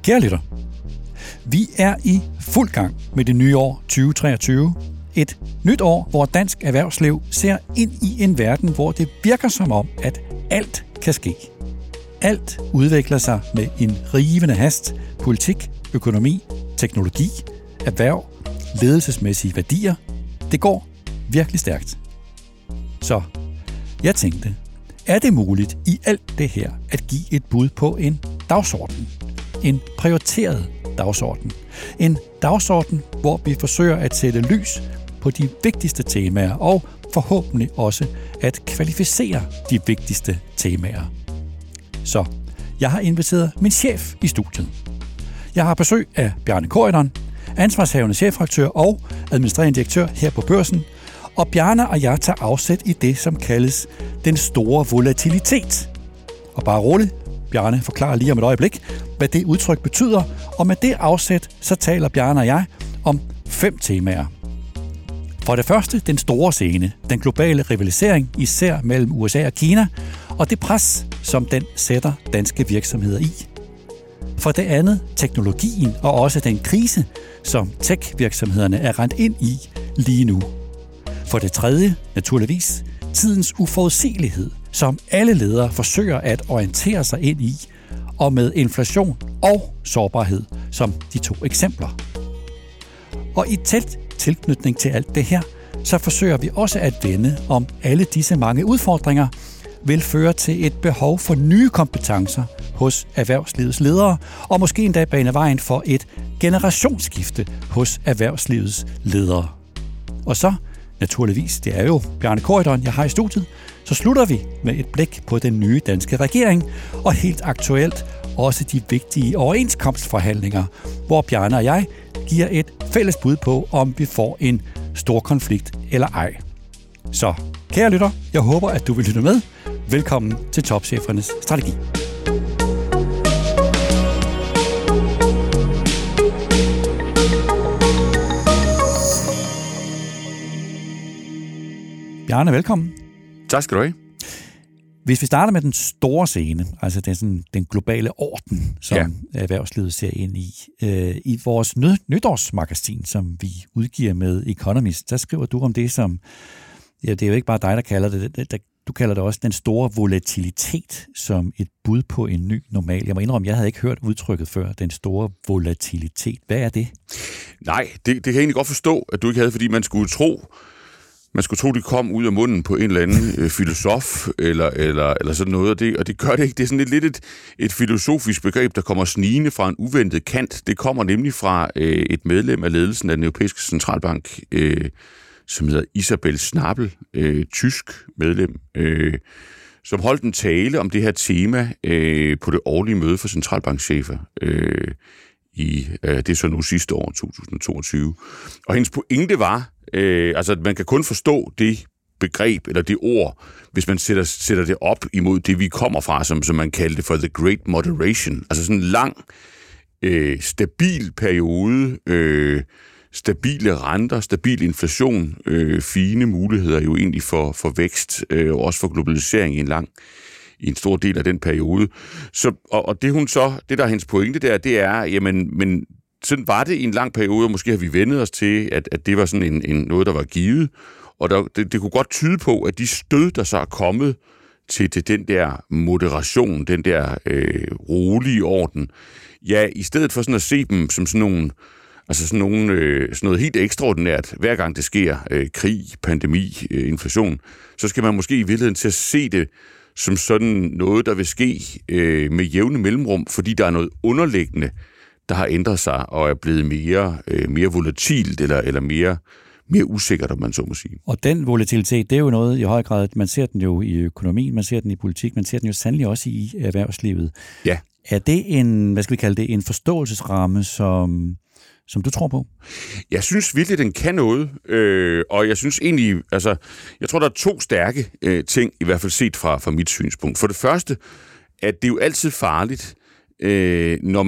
Kære lytter, vi er i fuld gang med det nye år 2023. Et nyt år, hvor dansk erhvervsliv ser ind i en verden, hvor det virker som om, at alt kan ske. Alt udvikler sig med en rivende hast. Politik, økonomi, teknologi, erhverv, ledelsesmæssige værdier. Det går virkelig stærkt. Så jeg tænkte, er det muligt i alt det her at give et bud på en dagsorden? En prioriteret dagsorden. En dagsorden, hvor vi forsøger at sætte lys på de vigtigste temaer og forhåbentlig også at kvalificere de vigtigste temaer. Så jeg har inviteret min chef i studiet. Jeg har besøg af Bjarne Corydon, ansvarshavende chefredaktør og administrerende direktør her på Børsen, og Bjarne og jeg tager afsæt i det, som kaldes den store volatilitet. Og bare roligt, Bjarne forklarer lige om et øjeblik, hvad det udtryk betyder, og med det afsæt, så taler Bjarne og jeg om 5 temaer. For det første, den store scene, den globale rivalisering, især mellem USA og Kina, og det pres, som den sætter danske virksomheder i. For det andet, teknologien og også den krise, som tech-virksomhederne er rendt ind i lige nu. For det tredje, naturligvis, tidens uforudsigelighed, som alle ledere forsøger at orientere sig ind i, og med inflation og sårbarhed som de 2 eksempler. Og i tæt tilknytning til alt det her, så forsøger vi også at vende, om alle disse mange udfordringer vil føre til et behov for nye kompetencer hos erhvervslivets ledere, og måske endda bane vejen for et generationsskifte hos erhvervslivets ledere. Og så, naturligvis, det er jo Bjarne Corydon, jeg har i studiet, så slutter vi med et blik på den nye danske regering, og helt aktuelt også de vigtige overenskomstforhandlinger, hvor Bjarne og jeg giver et fælles bud på, om vi får en stor konflikt eller ej. Så, kære lytter, jeg håber, at du vil lytte med. Velkommen til Topchefernes Strategi. Bjarne, velkommen. Tak skal du have. Hvis vi starter med den store scene, altså den globale orden, som erhvervslivet ser ind i vores nytårsmagasin, som vi udgiver med Economist, der skriver du om det som, ja, det er jo ikke bare dig, der kalder det, du kalder det også den store volatilitet som et bud på en ny normal. Jeg må indrømme, jeg havde ikke hørt udtrykket før, den store volatilitet. Hvad er det? Nej, det kan jeg egentlig godt forstå, at du ikke havde, fordi man skulle tro, det kom ud af munden på en eller anden filosof, eller sådan noget, og det gør det ikke. Det er sådan lidt et filosofisk begreb, der kommer snigende fra en uventet kant. Det kommer nemlig fra et medlem af ledelsen af den europæiske centralbank, som hedder Isabel Schnabel, tysk medlem, som holdt en tale om det her tema på det årlige møde for centralbankchefer det er så nu sidste år, 2022. Og hendes pointe var, at man kan kun forstå det begreb eller det ord, hvis man sætter det op imod det, vi kommer fra, som man kaldte det for the great moderation. Altså sådan en lang, stabil periode, stabile renter, stabil inflation, fine muligheder jo egentlig for vækst, og også for globalisering i en stor del af den periode. Så, og det der er hendes pointe der, det er, jamen, men sådan var det i en lang periode, og måske har vi vendet os til, at det var sådan noget, der var givet, og det kunne godt tyde på, at de stød, der så er kommet til den der moderation, den der rolige orden, ja, i stedet for sådan at se dem som sådan noget helt ekstraordinært, hver gang det sker, krig, pandemi, inflation, så skal man måske i virkeligheden til at se det som sådan noget, der vil ske med jævne mellemrum, fordi der er noget underliggende, der har ændret sig og er blevet mere volatilt eller mere usikkert, om man så må sige. Og den volatilitet, det er jo noget i høj grad, man ser den jo i økonomien, man ser den i politik, man ser den jo sandelig også i erhvervslivet. Ja. Er det en forståelsesramme, som du tror på? Jeg synes virkelig, den kan noget, og jeg synes egentlig, jeg tror, der er 2 stærke ting, i hvert fald set fra mit synspunkt. For det første, at det er jo altid farligt, når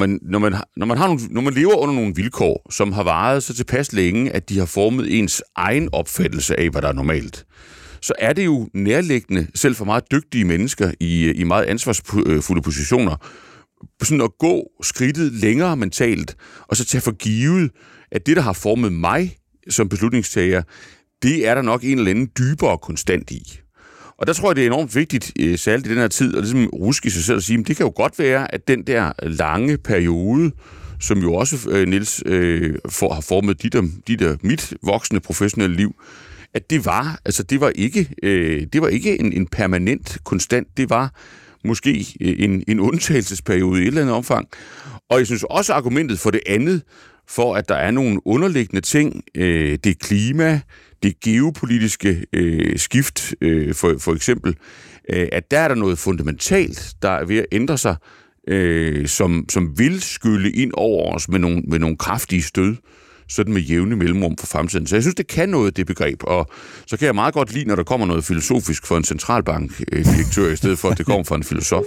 man lever under nogle vilkår, som har varet så tilpas længe, at de har formet ens egen opfattelse af, hvad der er normalt. Så er det jo nærliggende, selv for meget dygtige mennesker i meget ansvarsfulde positioner, sådan at gå skridtet længere mentalt, og så tage for givet, at det, der har formet mig som beslutningstager, det er der nok en eller anden dybere konstant i. Og der tror jeg, det er enormt vigtigt, særligt i den her tid, at ligesom ruske i sig selv og sige, at det kan jo godt være, at den der lange periode, som jo også, Niels, har formet dit og mit voksne professionelle liv, at det var ikke en permanent konstant, det var måske en undtagelsesperiode i et eller andet omfang. Og jeg synes også argumentet for det andet, for at der er nogle underliggende ting, det klima, det geopolitiske skift, for eksempel, at der er der noget fundamentalt, der er ved at ændre sig, som vil skylle ind over os med nogle kraftige stød, sådan med jævne mellemrum for fremtiden. Så jeg synes, det kan noget, det begreb, og så kan jeg meget godt lide, når der kommer noget filosofisk fra en centralbankdirektør, i stedet for, at det kommer fra en filosof.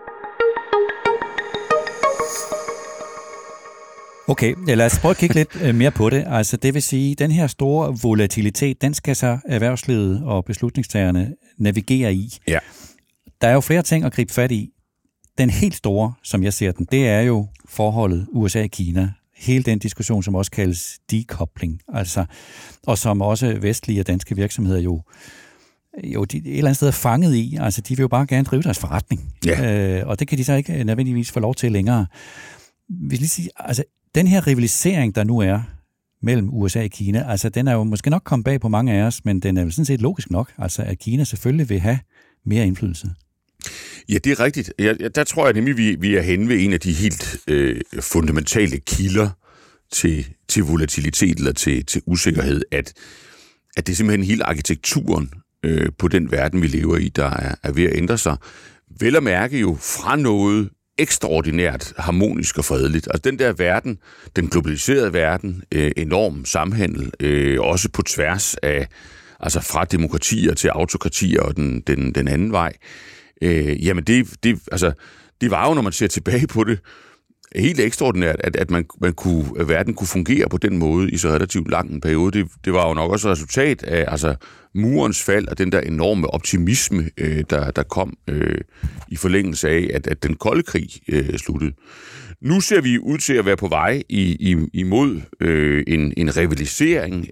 Okay, lad os prøve at kigge lidt mere på det. Altså, det vil sige, at den her store volatilitet, den skal så erhvervslivet og beslutningstagerne navigere i. Ja. Der er jo flere ting at gribe fat i. Den helt store, som jeg ser den, det er jo forholdet USA-Kina. Hele den diskussion, som også kaldes decoupling, altså, og som også vestlige og danske virksomheder jo de et eller andet sted er fanget i. Altså, de vil jo bare gerne drive deres forretning. Ja. Og det kan de så ikke nødvendigvis få lov til længere. Hvis lige sige, altså, den her rivalisering, der nu er mellem USA og Kina, altså, den er jo måske nok kommet bag på mange af os, men den er jo sådan set logisk nok, altså, at Kina selvfølgelig vil have mere indflydelse. Ja, det er rigtigt. Der tror jeg nemlig, vi er henne ved en af de helt fundamentale kilder til volatilitet eller til usikkerhed, at det er simpelthen hele arkitekturen på den verden, vi lever i, der er ved at ændre sig. Vel at mærke jo fra noget ekstraordinært harmonisk og fredeligt. Altså den der verden, den globaliserede verden, enorm samhandel, også på tværs af, altså fra demokratier til autokratier og den anden vej. Jamen det var jo, når man ser tilbage på det, helt ekstraordinært, at verden kunne fungere på den måde i så relativt lang en periode. Det var jo nok også et resultat af altså murens fald og den der enorme optimisme, der kom i forlængelse af, at den kolde krig sluttede. Nu ser vi ud til at være på vej imod en rivalisering,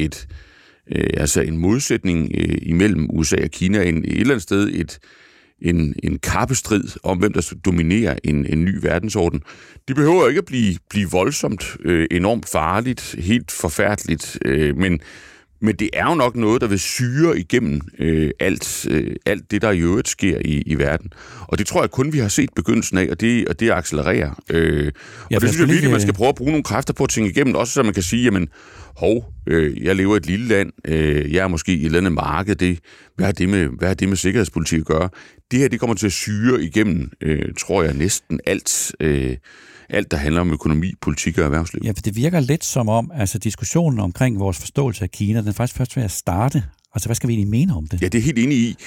altså en modsætning imellem USA og Kina, et eller andet sted en kappestrid om, hvem der dominerer en ny verdensorden. Det behøver ikke at blive voldsomt, enormt farligt, helt forfærdeligt, men det er jo nok noget, der vil syre igennem alt det, der i øvrigt sker i verden. Og det tror jeg kun, vi har set begyndelsen af, og det accelererer. Og det synes jeg virkelig, man skal prøve at bruge nogle kræfter på at tænke igennem, også så man kan sige, jamen, jeg lever i et lille land, jeg er måske i et eller andet marked, hvad har det med sikkerhedspolitik at gøre? Det her, det kommer til at syre igennem, tror jeg, næsten alt, der handler om økonomi, politik og erhvervsliv. Ja, for det virker lidt som om, altså diskussionen omkring vores forståelse af Kina, den er faktisk først ved at starte. Altså, hvad skal vi egentlig mene om det? Ja, det er helt enig i.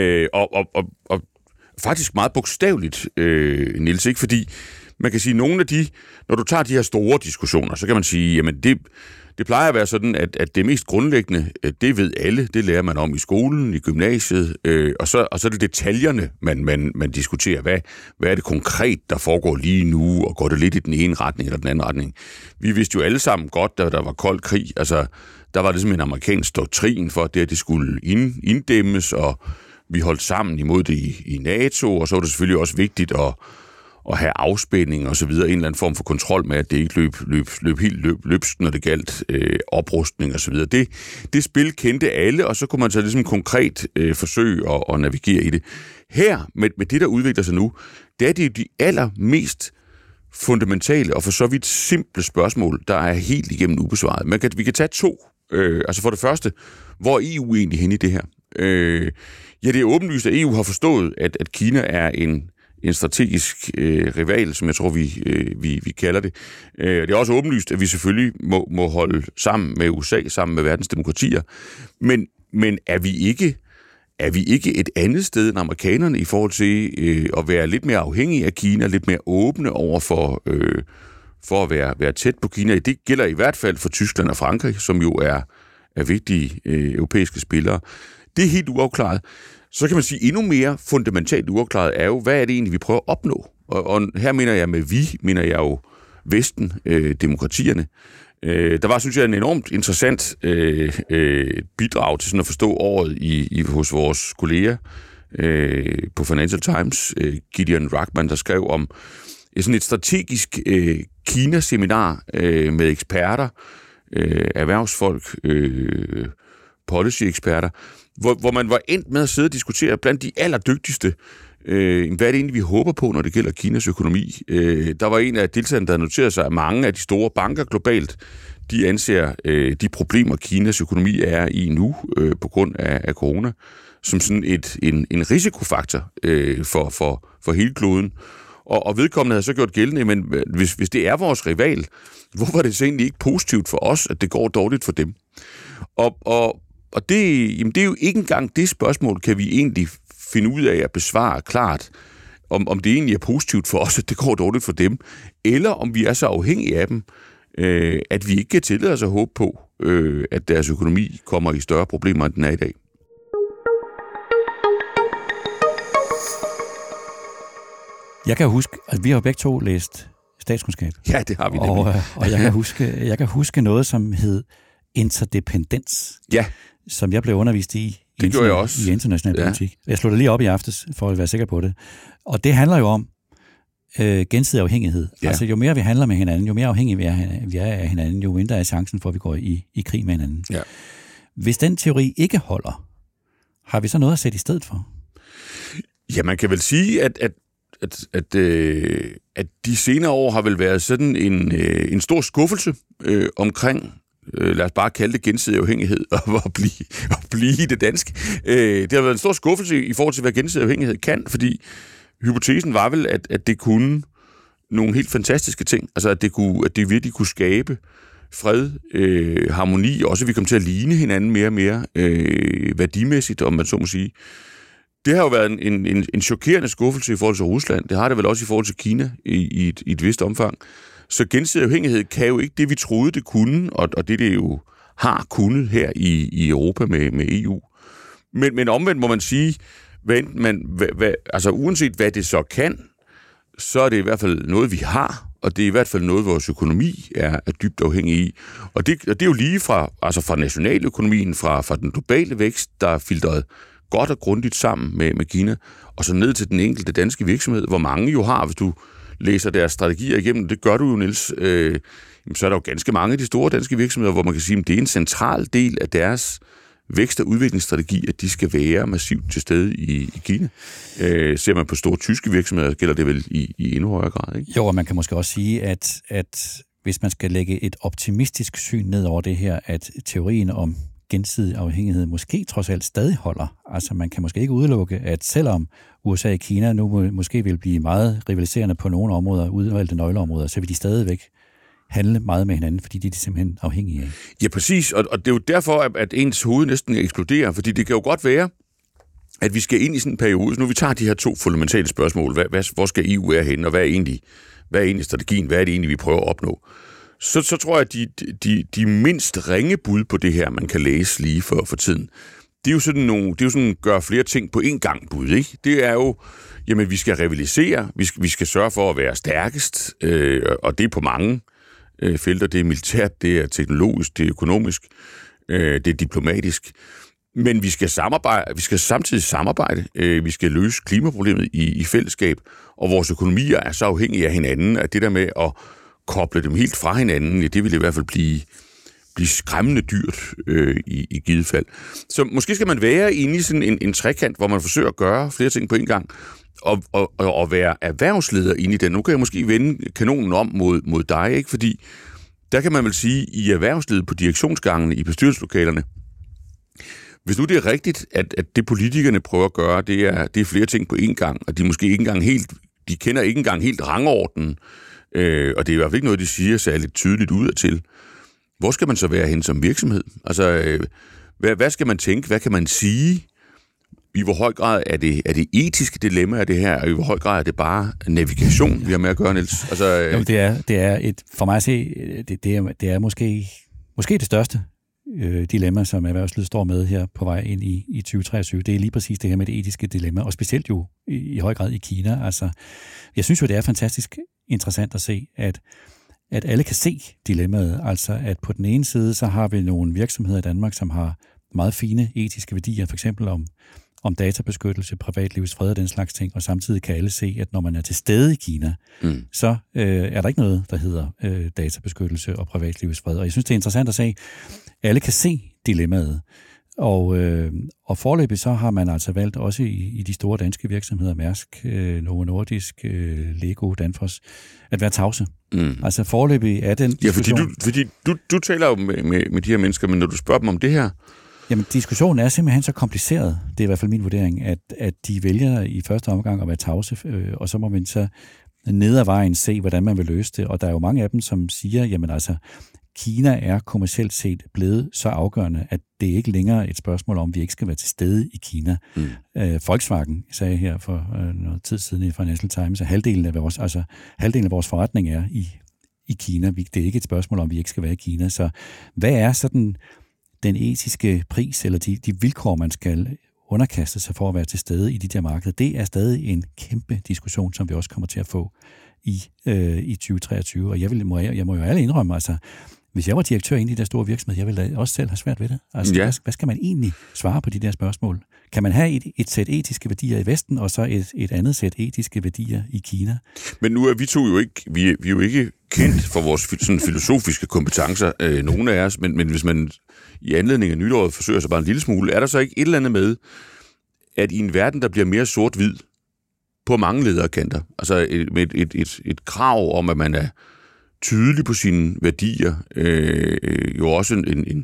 Og faktisk meget bogstaveligt, Niels, ikke? Fordi man kan sige, nogle af når du tager de her store diskussioner, så kan man sige, jamen det plejer at være sådan, at det mest grundlæggende, det ved alle, det lærer man om i skolen, i gymnasiet, og så er det detaljerne, man diskuterer. Hvad er det konkret, der foregår lige nu, og går det lidt i den ene retning eller den anden retning? Vi vidste jo alle sammen godt, da der var kold krig, altså der var det simpelthen en amerikansk doktrin for, at det skulle inddæmmes, og vi holdt sammen imod det i NATO, og så var det selvfølgelig også vigtigt at have afspænding og så videre, en eller anden form for kontrol med, at det ikke løb helt løbsk, når det galt oprustning og så videre. Det spil kendte alle, og så kunne man så ligesom konkret forsøge at navigere i det. Her, med det, der udvikler sig nu, det er det de allermest fundamentale og for så vidt simple spørgsmål, der er helt igennem ubesvaret. Vi kan tage to. Altså for det første, hvor er EU egentlig henne i det her? Ja, det er åbenlyst, at EU har forstået, at Kina er en strategisk rival, som jeg tror, vi kalder det. Det er også åbenlyst, at vi selvfølgelig må holde sammen med USA, sammen med verdens demokratier. Men er vi ikke et andet sted end amerikanerne i forhold til at være lidt mere afhængige af Kina, lidt mere åbne over for at være tæt på Kina? Det gælder i hvert fald for Tyskland og Frankrig, som jo er vigtige europæiske spillere. Det er helt uafklaret. Så kan man sige, endnu mere fundamentalt uafklaret er jo, hvad er det egentlig, vi prøver at opnå Og her mener jeg jo Vesten, demokratierne. Der var, synes jeg, en enormt interessant bidrag til sådan at forstå året hos vores kolleger på Financial Times, Gideon Rachman, der skrev om sådan et strategisk Kina-seminar med eksperter, erhvervsfolk, policy-eksperter, hvor man var endt med at sidde og diskutere blandt de allerdygtigste, hvad er det egentlig, vi håber på, når det gælder Kinas økonomi. Der var en af deltagerne, der noterede sig, at mange af de store banker globalt, de anser de problemer, Kinas økonomi er i nu på grund af corona, som sådan en risikofaktor for hele kloden. Og vedkommende havde så gjort gældende, men hvis det er vores rival, hvorfor er det så egentlig ikke positivt for os, at det går dårligt for dem? Og det er jo ikke engang det spørgsmål, kan vi egentlig finde ud af at besvare klart, om det egentlig er positivt for os, at det går dårligt for dem, eller om vi er så afhængige af dem, at vi ikke kan tillade os at håbe på, at deres økonomi kommer i større problemer, end den er i dag. Jeg kan huske, at vi har begge to læst statskundskab. Ja, det har vi nemlig. Og jeg kan huske noget, som hed interdependens, som jeg blev undervist i international politik. Jeg slog det lige op i aftes, for at være sikker på det. Og det handler jo om gensidig afhængighed. Ja. Altså jo mere vi handler med hinanden, jo mere afhængige vi er af hinanden, jo mindre er chancen for, at vi går i krig med hinanden. Ja. Hvis den teori ikke holder, har vi så noget at sætte i stedet for? Ja, man kan vel sige, at de senere år har vel været sådan en stor skuffelse omkring, lad os bare kalde det gensidig afhængighed, og blive i det danske. Det har været en stor skuffelse i forhold til, hvad gensidig afhængighed kan, fordi hypotesen var vel, at det kunne nogle helt fantastiske ting, altså at det virkelig kunne skabe fred, harmoni, også at vi kom til at ligne hinanden mere og mere værdimæssigt, om man så må sige. Det har jo været en chokerende skuffelse i forhold til Rusland. Det har det vel også i forhold til Kina i et vist omfang. Så gensidig afhængighed kan jo ikke det, vi troede, det kunne, og det jo har kunnet her i Europa med EU. Men omvendt må man sige, altså uanset hvad det så kan, så er det i hvert fald noget, vi har, og det er i hvert fald noget, vores økonomi er dybt afhængig i. Og det er jo lige fra nationaløkonomien, fra den globale vækst, der er filtreret godt og grundigt sammen med Kina, og så ned til den enkelte danske virksomhed, hvor mange jo har, hvis du læser deres strategier igennem, det gør du jo, Niels, så er der jo ganske mange af de store danske virksomheder, hvor man kan sige, at det er en central del af deres vækst- og udviklingsstrategi, at de skal være massivt til stede i Kina. Ser man på store tyske virksomheder, gælder det vel i endnu højere grad, ikke? Jo, og man kan måske også sige, at hvis man skal lægge et optimistisk syn ned over det her, at teorien om gensidig afhængighed måske trods alt stadig holder. Altså man kan måske ikke udelukke, at selvom USA og Kina nu måske vil blive meget rivaliserende på nogle områder, udvalgte nøgleområder, så vil de stadigvæk handle meget med hinanden, fordi de er simpelthen afhængige af. Ja, præcis. Og det er jo derfor, at ens hoved næsten eksploderer, fordi det kan jo godt være, at vi skal ind i sådan en periode, så nu vi tager de her to fundamentale spørgsmål. Hvor skal EU være henne, og hvad er egentlig strategien? Hvad er det egentlig, vi prøver at opnå? Så tror jeg, at de mindst ringe bud på det her, man kan læse lige for tiden, det er jo sådan gør flere ting på én gang bud, ikke? Det er jo, jamen vi skal rivalisere, vi skal sørge for at være stærkest, og det er på mange felter. Det er militært, det er teknologisk, det er økonomisk, det er diplomatisk. Men vi skal samtidig samarbejde, vi skal løse klimaproblemet i fællesskab, og vores økonomier er så afhængige af hinanden, at det der med at koble dem helt fra hinanden, det vil i hvert fald blive skræmmende dyrt i givet fald. Så måske skal man være inde i sådan en trekant, hvor man forsøger at gøre flere ting på en gang, og være erhvervsleder inde i den. Nu kan jeg måske vende kanonen om mod dig, ikke? Fordi der kan man vel sige, i erhvervslivet på direktionsgangene, i bestyrelseslokalerne, hvis nu det er rigtigt, at det politikerne prøver at gøre, det er flere ting på en gang, og de måske ikke engang de kender ikke engang helt rangordenen, og det er i hvert fald ikke noget, de siger særligt tydeligt udadtil. Hvor skal man så være hen som virksomhed? Altså, hvad skal man tænke? Hvad kan man sige? I hvor høj grad er det etiske dilemma af det her, og i hvor høj grad er det bare navigation, vi har med at gøre, Niels? Altså, jo, det er for mig at se, det er måske det største dilemma, som erhvervslivet står med her på vej ind i 2023. Det er lige præcis det her med det etiske dilemma, og specielt jo i høj grad i Kina. Altså, jeg synes jo, det er fantastisk interessant at se, at alle kan se dilemmaet. Altså, at på den ene side, så har vi nogle virksomheder i Danmark, som har meget fine etiske værdier, for eksempel om databeskyttelse, privatlivets fred og den slags ting, og samtidig kan alle se, at når man er til stede i Kina, så er der ikke noget, der hedder databeskyttelse og privatlivets fred. Og jeg synes, det er interessant at se, at alle kan se dilemmaet. Og foreløbig så har man altså valgt også i de store danske virksomheder, Mærsk, Novo Nordisk, Lego, Danfoss, at være tavse. Altså foreløbig er den diskussion... Ja, fordi du taler jo med de her mennesker, men når du spørger dem om det her... Jamen, diskussionen er simpelthen så kompliceret, det er i hvert fald min vurdering, at de vælger i første omgang at være tavse, og så må man så ned ad vejen se, hvordan man vil løse det. Og der er jo mange af dem, som siger, jamen altså, Kina er kommercielt set blevet så afgørende, at det ikke længere er et spørgsmål om, vi ikke skal være til stede i Kina. Volkswagen sagde her for noget tid siden i Financial Times, at halvdelen af vores forretning er i Kina. Det er ikke et spørgsmål om, vi ikke skal være i Kina. Så hvad er sådan den etiske pris, eller de vilkår, man skal underkaste sig for at være til stede i de der markeder? Det er stadig en kæmpe diskussion, som vi også kommer til at få i 2023. Og jeg må jo ærligt indrømme, altså, hvis jeg var direktør inde i der store virksomhed, jeg ville da også selv have svært ved det. Altså, hvad skal man egentlig svare på de der spørgsmål? Kan man have et sæt etiske værdier i Vesten, og så et andet sæt etiske værdier i Kina? Men nu er vi to jo ikke, vi er jo ikke kendt for vores sådan filosofiske kompetencer, nogen af os, men hvis man i anledning af nytåret forsøger sig bare en lille smule, er der så ikke et eller andet med, at i en verden, der bliver mere sort-hvid på mange lederkanter, altså med et krav om, at man er tydelig på sine værdier, jo også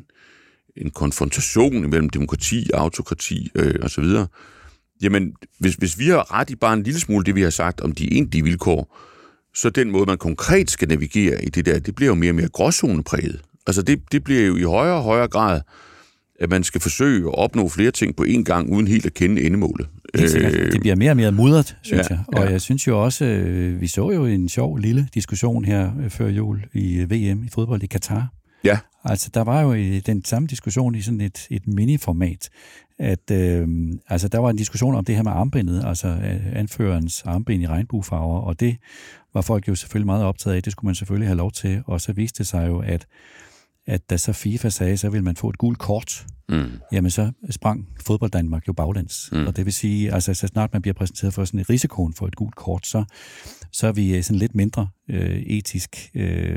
en konfrontation imellem demokrati, autokrati osv. Jamen, hvis vi har ret i bare en lille smule det, vi har sagt om de egentlige vilkår, så den måde, man konkret skal navigere i det der, det bliver jo mere og mere gråzonepræget. Altså, det bliver jo i højere og højere grad, at man skal forsøge at opnå flere ting på én gang, uden helt at kende endemålet. Det bliver mere og mere mudret, synes jeg. Og jeg synes jo også, vi så jo en sjov lille diskussion her før jul i VM i fodbold i Katar. Ja. Altså, der var jo den samme diskussion i sådan et mini-format, at altså, der var en diskussion om det her med armbindet, altså anførerens armbind i regnbuefarver, og det var folk jo selvfølgelig meget optaget af, det skulle man selvfølgelig have lov til, og så viste det sig jo, at da så FIFA sagde, så ville man få et gult kort, jamen så sprang fodbold Danmark jo baglæns. Og det vil sige, altså så snart man bliver præsenteret for sådan et risikoen for et gult kort, så er vi sådan lidt mindre etisk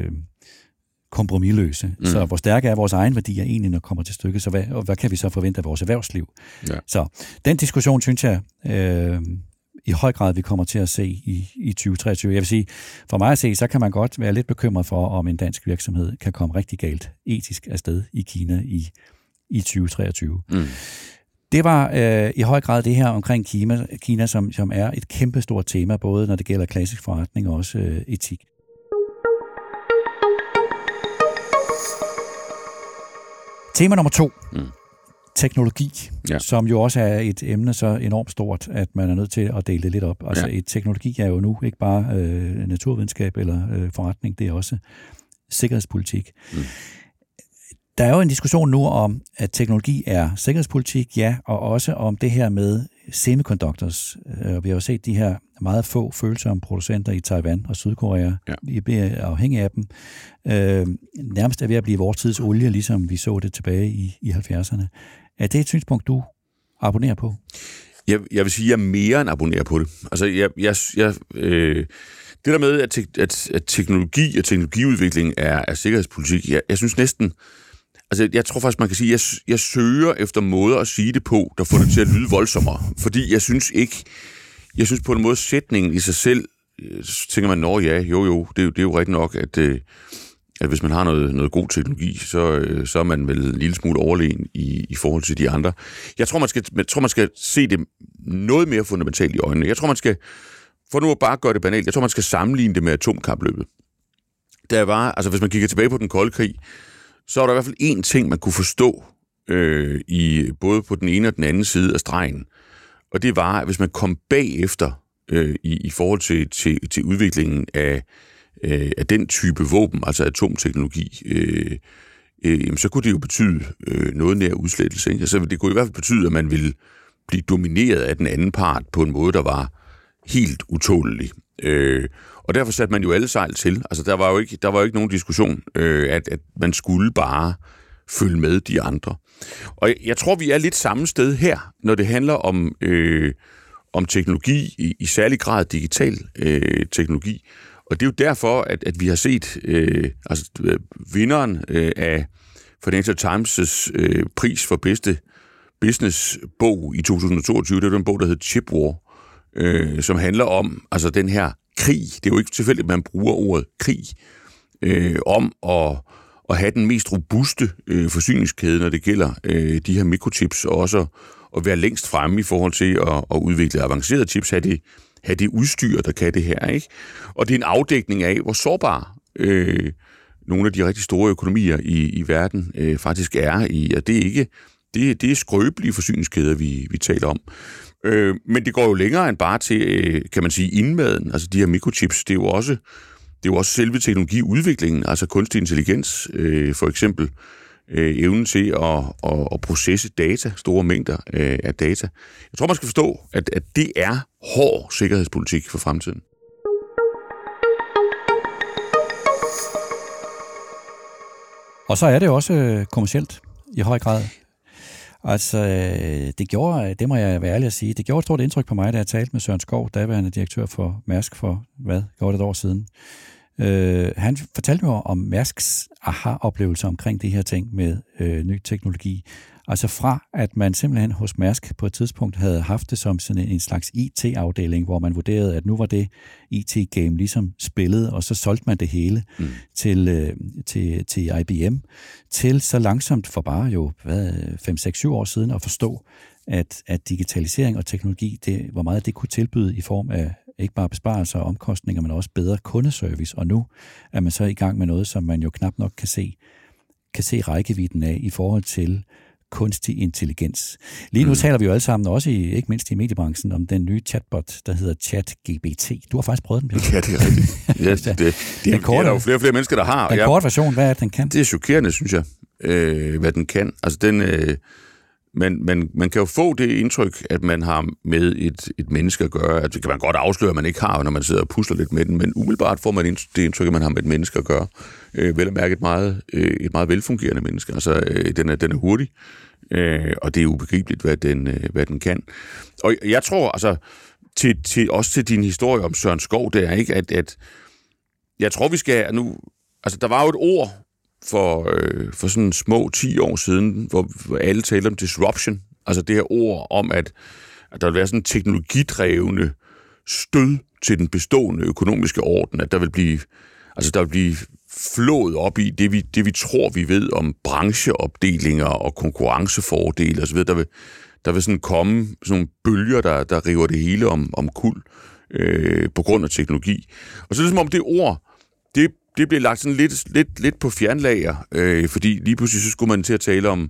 kompromisløse. Så hvor stærke er vores egen værdier egentlig, når det kommer til stykket, så hvad kan vi så forvente af vores erhvervsliv? Ja. Så den diskussion, synes jeg, i høj grad, vi kommer til at se i 2023. Jeg vil sige, for mig at se, så kan man godt være lidt bekymret for, om en dansk virksomhed kan komme rigtig galt etisk afsted i Kina i 2023. Det var i høj grad det her omkring Kina, som er et kæmpestort tema, både når det gælder klassisk forretning og også etik. Tema nummer 2. Teknologi, som jo også er et emne så enormt stort, at man er nødt til at dele det lidt op. Altså, teknologi er jo nu ikke bare naturvidenskab eller forretning, det er også sikkerhedspolitik. Der er jo en diskussion nu om, at teknologi er sikkerhedspolitik, og også om det her med semiconductors. Vi har jo set de her meget få følsomme producenter i Taiwan og Sydkorea. Vi bliver afhængige af dem. Nærmest er ved at blive vores tids olie, ligesom vi så det tilbage i 70'erne. Er det et synspunkt, du abonnerer på? Jeg vil sige, at jeg mere end abonnerer på det. Altså, det der med, at teknologi og teknologiudvikling er sikkerhedspolitik, jeg synes næsten... Altså, jeg tror faktisk, man kan sige, at jeg søger efter måder at sige det på, der får det til at lyde voldsommere. Fordi jeg synes på en måde, sætningen i sig selv, så tænker man, det er jo rigtigt nok, at hvis man har noget god teknologi, så er man vel en lille smule overlegen i forhold til de andre. Jeg tror, man skal se det noget mere fundamentalt i øjnene. Jeg tror, man skal, for nu at bare gøre det banalt, jeg tror, man skal sammenligne det med atomkapløbet. Hvis man kigger tilbage på den kolde krig, så var der i hvert fald én ting, man kunne forstå både på den ene og den anden side af stregen. Og det var, at hvis man kom bagefter i forhold til udviklingen af den type våben, altså atomteknologi, så kunne det jo betyde noget nær udslettelse. Ikke? Altså, det kunne i hvert fald betyde, at man ville blive domineret af den anden part på en måde, der var helt utålelig. Og derfor satte man jo alle sejl til. Altså, der var jo ikke nogen diskussion, at man skulle bare følge med de andre. Og jeg tror, vi er lidt samme sted her, når det handler om teknologi, i særlig grad digital teknologi. Og det er jo derfor, at vi har set vinderen af Financial Times' pris for bedste businessbog i 2022, det er den bog, der hedder Chip War, som handler om altså den her krig. Det er jo ikke tilfældigt, at man bruger ordet krig, om at have den mest robuste forsyningskæde, når det gælder de her mikrochips, og også at være længst fremme i forhold til at udvikle avancerede chips, have det udstyr, der kan det her, ikke? Og det er en afdækning af, hvor sårbare nogle af de rigtig store økonomier i verden faktisk er i, og det er skrøbelige forsyningskæder, vi taler om. Men det går jo længere end bare til, kan man sige, indmaden, altså de her mikrochips, det er jo også selve teknologiudviklingen, altså kunstig intelligens, for eksempel, evnen til at processe data, store mængder af data. Jeg tror, man skal forstå, at det er hård sikkerhedspolitik for fremtiden. Og så er det også kommercielt i høj grad. Altså, det må jeg være ærlig at sige, det gjorde et stort indtryk på mig, da jeg talte med Søren Skov, daværende direktør for Mærsk for, godt et år siden. Han fortalte jo om Mærsks aha-oplevelser omkring de her ting med ny teknologi. Altså fra, at man simpelthen hos Mærsk på et tidspunkt havde haft det som sådan en slags IT-afdeling, hvor man vurderede, at nu var det IT-game ligesom spillet, og så solgte man det hele til IBM, til så langsomt for bare jo 5-6-7 år siden at forstå, at digitalisering og teknologi, hvor meget det kunne tilbyde i form af ikke bare besparelser og omkostninger, men også bedre kundeservice. Og nu er man så i gang med noget, som man jo knap nok kan se rækkevidden af i forhold til kunstig intelligens. Lige nu taler vi jo alle sammen, også ikke mindst i mediebranchen, om den nye chatbot, der hedder ChatGPT. Du har faktisk prøvet den, Bjørn. Ja, det er rigtigt. Ja, det er der jo flere og flere mennesker, der har. Den korte version, hvad er det, den kan? Det er chokerende, synes jeg, hvad den kan. Altså, man kan jo få det indtryk, at man har med et menneske at gøre. Altså, det kan man godt afsløre, at man ikke har, når man sidder og pusler lidt med den, men umiddelbart får man det indtryk, at man har med et menneske at gøre. Vel at mærke et meget velfungerende menneske. Altså, den er hurtig, og det er ubegribeligt, hvad den kan. Og jeg tror, altså, også til din historie om Søren Skov, det er ikke, at jeg tror, vi skal nu. Altså, der var jo et ord for sådan små 10 år siden, hvor alle talte om disruption. Altså det her ord om, at der vil være sådan en teknologidrevne stød til den bestående økonomiske orden, at der vil blive flået op i det vi tror, vi ved om brancheopdelinger og konkurrencefordele osv. Der vil sådan komme sådan nogle bølger, der river det hele om kul på grund af teknologi. Og så er det som om det ord, det blev lagt sådan lidt på fjernlager, fordi lige pludselig så skulle man til at tale om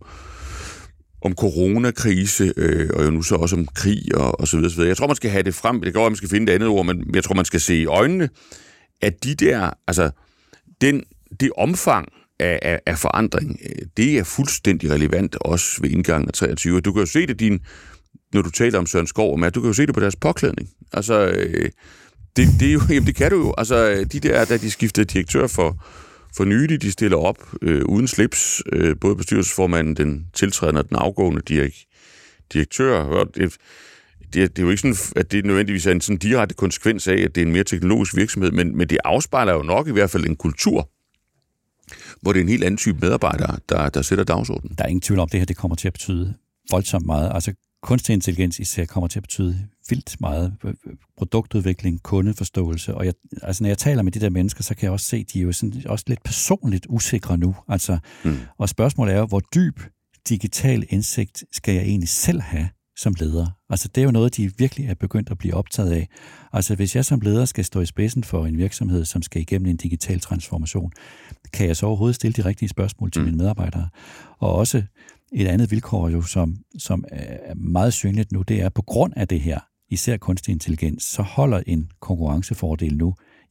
coronakrise, og jo nu så også om krig og så videre, så videre. Jeg tror, man skal have det frem. Det går, at man skal finde det andet ord, men jeg tror, man skal se i øjnene, at de der, altså det omfang af forandring, det er fuldstændig relevant også ved indgangen af 23. Du kan jo se det når du taler om Søren Skov, men du kan jo se det på deres påklædning. Altså det er jo, jamen det kan du jo. Altså de der, da de skiftede direktør for nylig, de stiller op uden slips, både bestyrelsesformanden, den tiltrædende og den afgående direktør. Det er jo ikke sådan, at det nødvendigvis er en sådan direkte konsekvens af, at det er en mere teknologisk virksomhed, men det afspejler jo nok i hvert fald en kultur, hvor det er en helt anden type medarbejdere, der sætter dagsordenen. Der er ingen tvivl om, det her det kommer til at betyde voldsomt meget. Altså kunstig intelligens især kommer til at betyde vildt meget produktudvikling, kundeforståelse. Og når jeg taler med de der mennesker, så kan jeg også se, at de er jo sådan, også lidt personligt usikre nu. Altså, og spørgsmålet er jo, hvor dyb digital indsigt skal jeg egentlig selv have som leder? Altså, det er jo noget, de virkelig er begyndt at blive optaget af. Altså, hvis jeg som leder skal stå i spidsen for en virksomhed, som skal igennem en digital transformation, kan jeg så overhovedet stille de rigtige spørgsmål til mine medarbejdere? Og også et andet vilkår, jo, som er meget synligt nu, det er på grund af det her, især kunstig intelligens, så holder en konkurrencefordel nu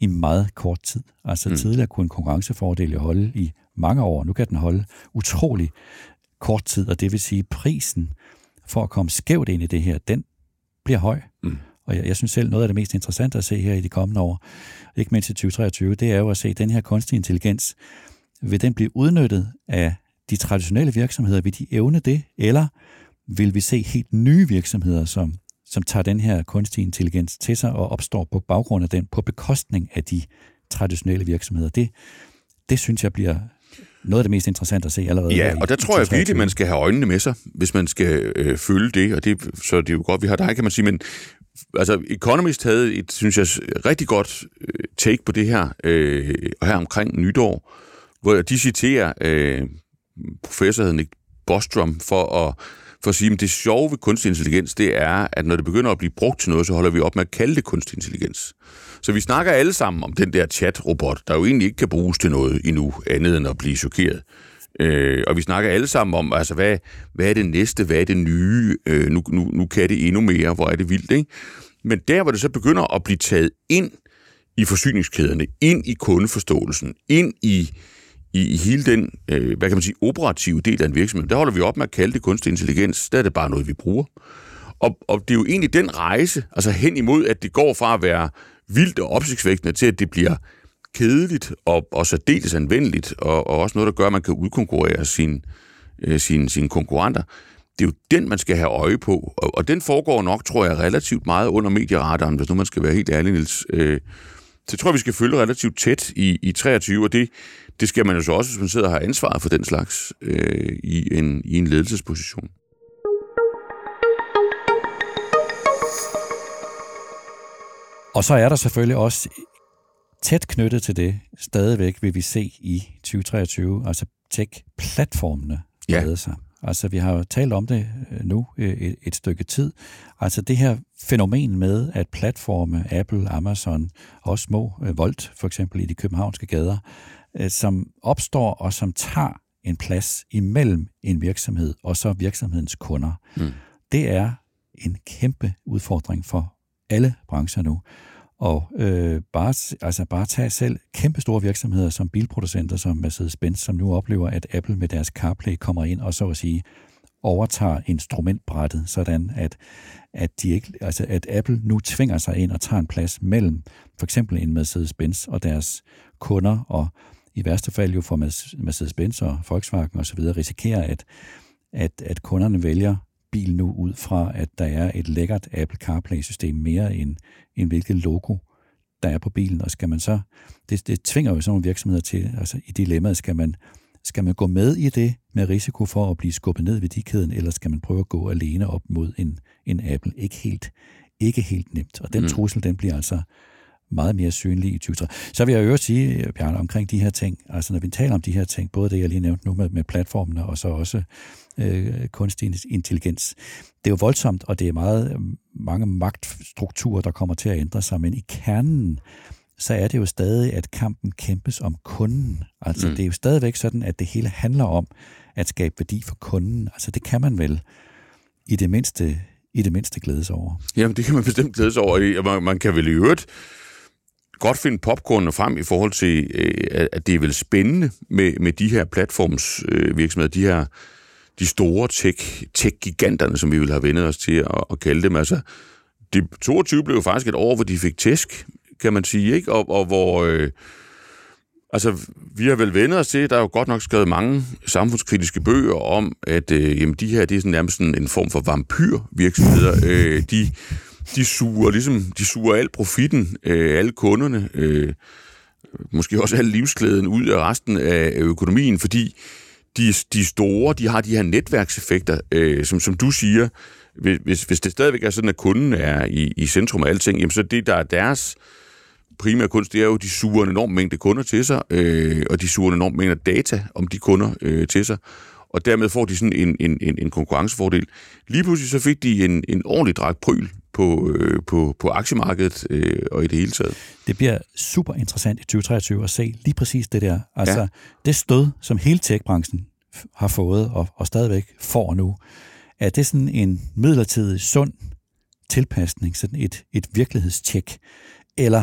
i meget kort tid. Altså tidligere kunne en konkurrencefordel jo holde i mange år. Nu kan den holde utrolig kort tid, og det vil sige, prisen for at komme skævt ind i det her, den bliver høj. Og jeg synes selv, noget af det mest interessante at se her i de kommende år, ikke mindst i 2023, det er jo at se den her kunstig intelligens. Vil den blive udnyttet af de traditionelle virksomheder? Vil de evne det? Eller vil vi se helt nye virksomheder, som tager den her kunstig intelligens til sig og opstår på baggrund af den, på bekostning af de traditionelle virksomheder? Det synes jeg bliver noget af det mest interessante at se allerede. Ja, og der tror jeg virkelig, man skal have øjnene med sig, hvis man skal følge det, og så det er jo godt, vi har dig, kan man sige, men altså Economist havde et, synes jeg, rigtig godt take på det her, her omkring nytår, hvor de citerer professor Nick Bostrom for at sige, at det sjove ved kunstig intelligens, det er, at når det begynder at blive brugt til noget, så holder vi op med at kalde det kunstig intelligens. Så vi snakker alle sammen om den der chat-robot, der jo egentlig ikke kan bruges til noget endnu, andet end at blive chokeret. Og vi snakker alle sammen om, altså hvad er det næste, hvad er det nye, nu kan det endnu mere, hvor er det vildt, ikke? Men der, hvor det så begynder at blive taget ind i forsyningskæderne, ind i kundeforståelsen, ind i hele den, hvad kan man sige, operative del af en virksomhed, der holder vi op med at kalde det kunstig intelligens, der er det bare noget, vi bruger. Og det er jo egentlig den rejse, altså hen imod, at det går fra at være vildt og opsigtsvækkende til, at det bliver kedeligt og særdeles anvendeligt, og også noget, der gør, at man kan udkonkurrere sine konkurrenter. Det er jo den, man skal have øje på, og den foregår nok, tror jeg, relativt meget under medieradaren, hvis nu man skal være helt ærlig, Niels. Så tror jeg, vi skal følge relativt tæt i 23, og det skal man jo så også, hvis man sidder og har ansvaret for den slags i en ledelsesposition. Og så er der selvfølgelig også tæt knyttet til det, stadigvæk vil vi se i 2023, altså tech-platformene brede sig. Altså vi har jo talt om det nu et stykke tid. Altså det her fænomen med, at platforme, Apple, Amazon og små Volt, for eksempel i de københavnske gader, som opstår og som tager en plads imellem en virksomhed og så virksomhedens kunder. Det er en kæmpe udfordring for alle brancher nu. Og bare tage selv kæmpe store virksomheder som bilproducenter, som Mercedes-Benz, som nu oplever, at Apple med deres CarPlay kommer ind og så at sige overtager instrumentbrættet, sådan at Apple nu tvinger sig ind og tager en plads mellem for eksempel en Mercedes-Benz og deres kunder, og i værste fald jo for Mercedes-Benz og Volkswagen osv. risikerer, at kunderne vælger bil nu ud fra, at der er et lækkert Apple CarPlay-system mere end hvilket logo, der er på bilen. Og skal man så, det tvinger jo sådan nogle virksomheder til, altså i dilemmaet, skal man gå med i det med risiko for at blive skubbet ned ved værdikæden, eller skal man prøve at gå alene op mod en Apple? Ikke helt nemt. Og den trussel, den bliver altså meget mere synlig i 2030. Så vil jeg jo sige, Bjarne, omkring de her ting, altså når vi taler om de her ting, både det, jeg lige nævnte nu med platformene, og så også kunstig intelligens. Det er jo voldsomt, og det er mange magtstrukturer, der kommer til at ændre sig, men i kernen, så er det jo stadig, at kampen kæmpes om kunden. Altså det er jo stadigvæk sådan, at det hele handler om at skabe værdi for kunden. Altså det kan man vel i det mindste glædes over. Jamen det kan man bestemt glædes over. Man kan vel i øvrigt godt finde popcornene frem i forhold til, at det er vel spændende med de her platformsvirksomheder, de store tech-giganterne, som vi vil have vendt os til at kalde dem. Altså, 22 blev jo faktisk et år, hvor de fik tæsk, kan man sige, ikke? Og hvor vi har vel vendt os til, der er jo godt nok skrevet mange samfundskritiske bøger om, at de her, det er sådan nærmest en form for vampyrvirksomheder. De suger al profitten, alle kunderne, måske også al livsglæden ud af resten af økonomien, fordi de store, de har de her netværkseffekter, som du siger, hvis det stadigvæk er sådan, at kunden er i centrum af alting, jamen så det, der er deres primære kunst, det er jo, de suger en enorm mængde kunder til sig, og de suger en enorm mængde data om de kunder til sig, og dermed får de sådan en konkurrencefordel. Lige pludselig så fik de en ordentlig dræk pryl på aktiemarkedet og i det hele taget. Det bliver super interessant i 2023 at se lige præcis det der. Altså det stød, som hele tech-branchen har fået og stadigvæk får nu, er det sådan en midlertidig, sund tilpasning, sådan et virkelighedstjek, eller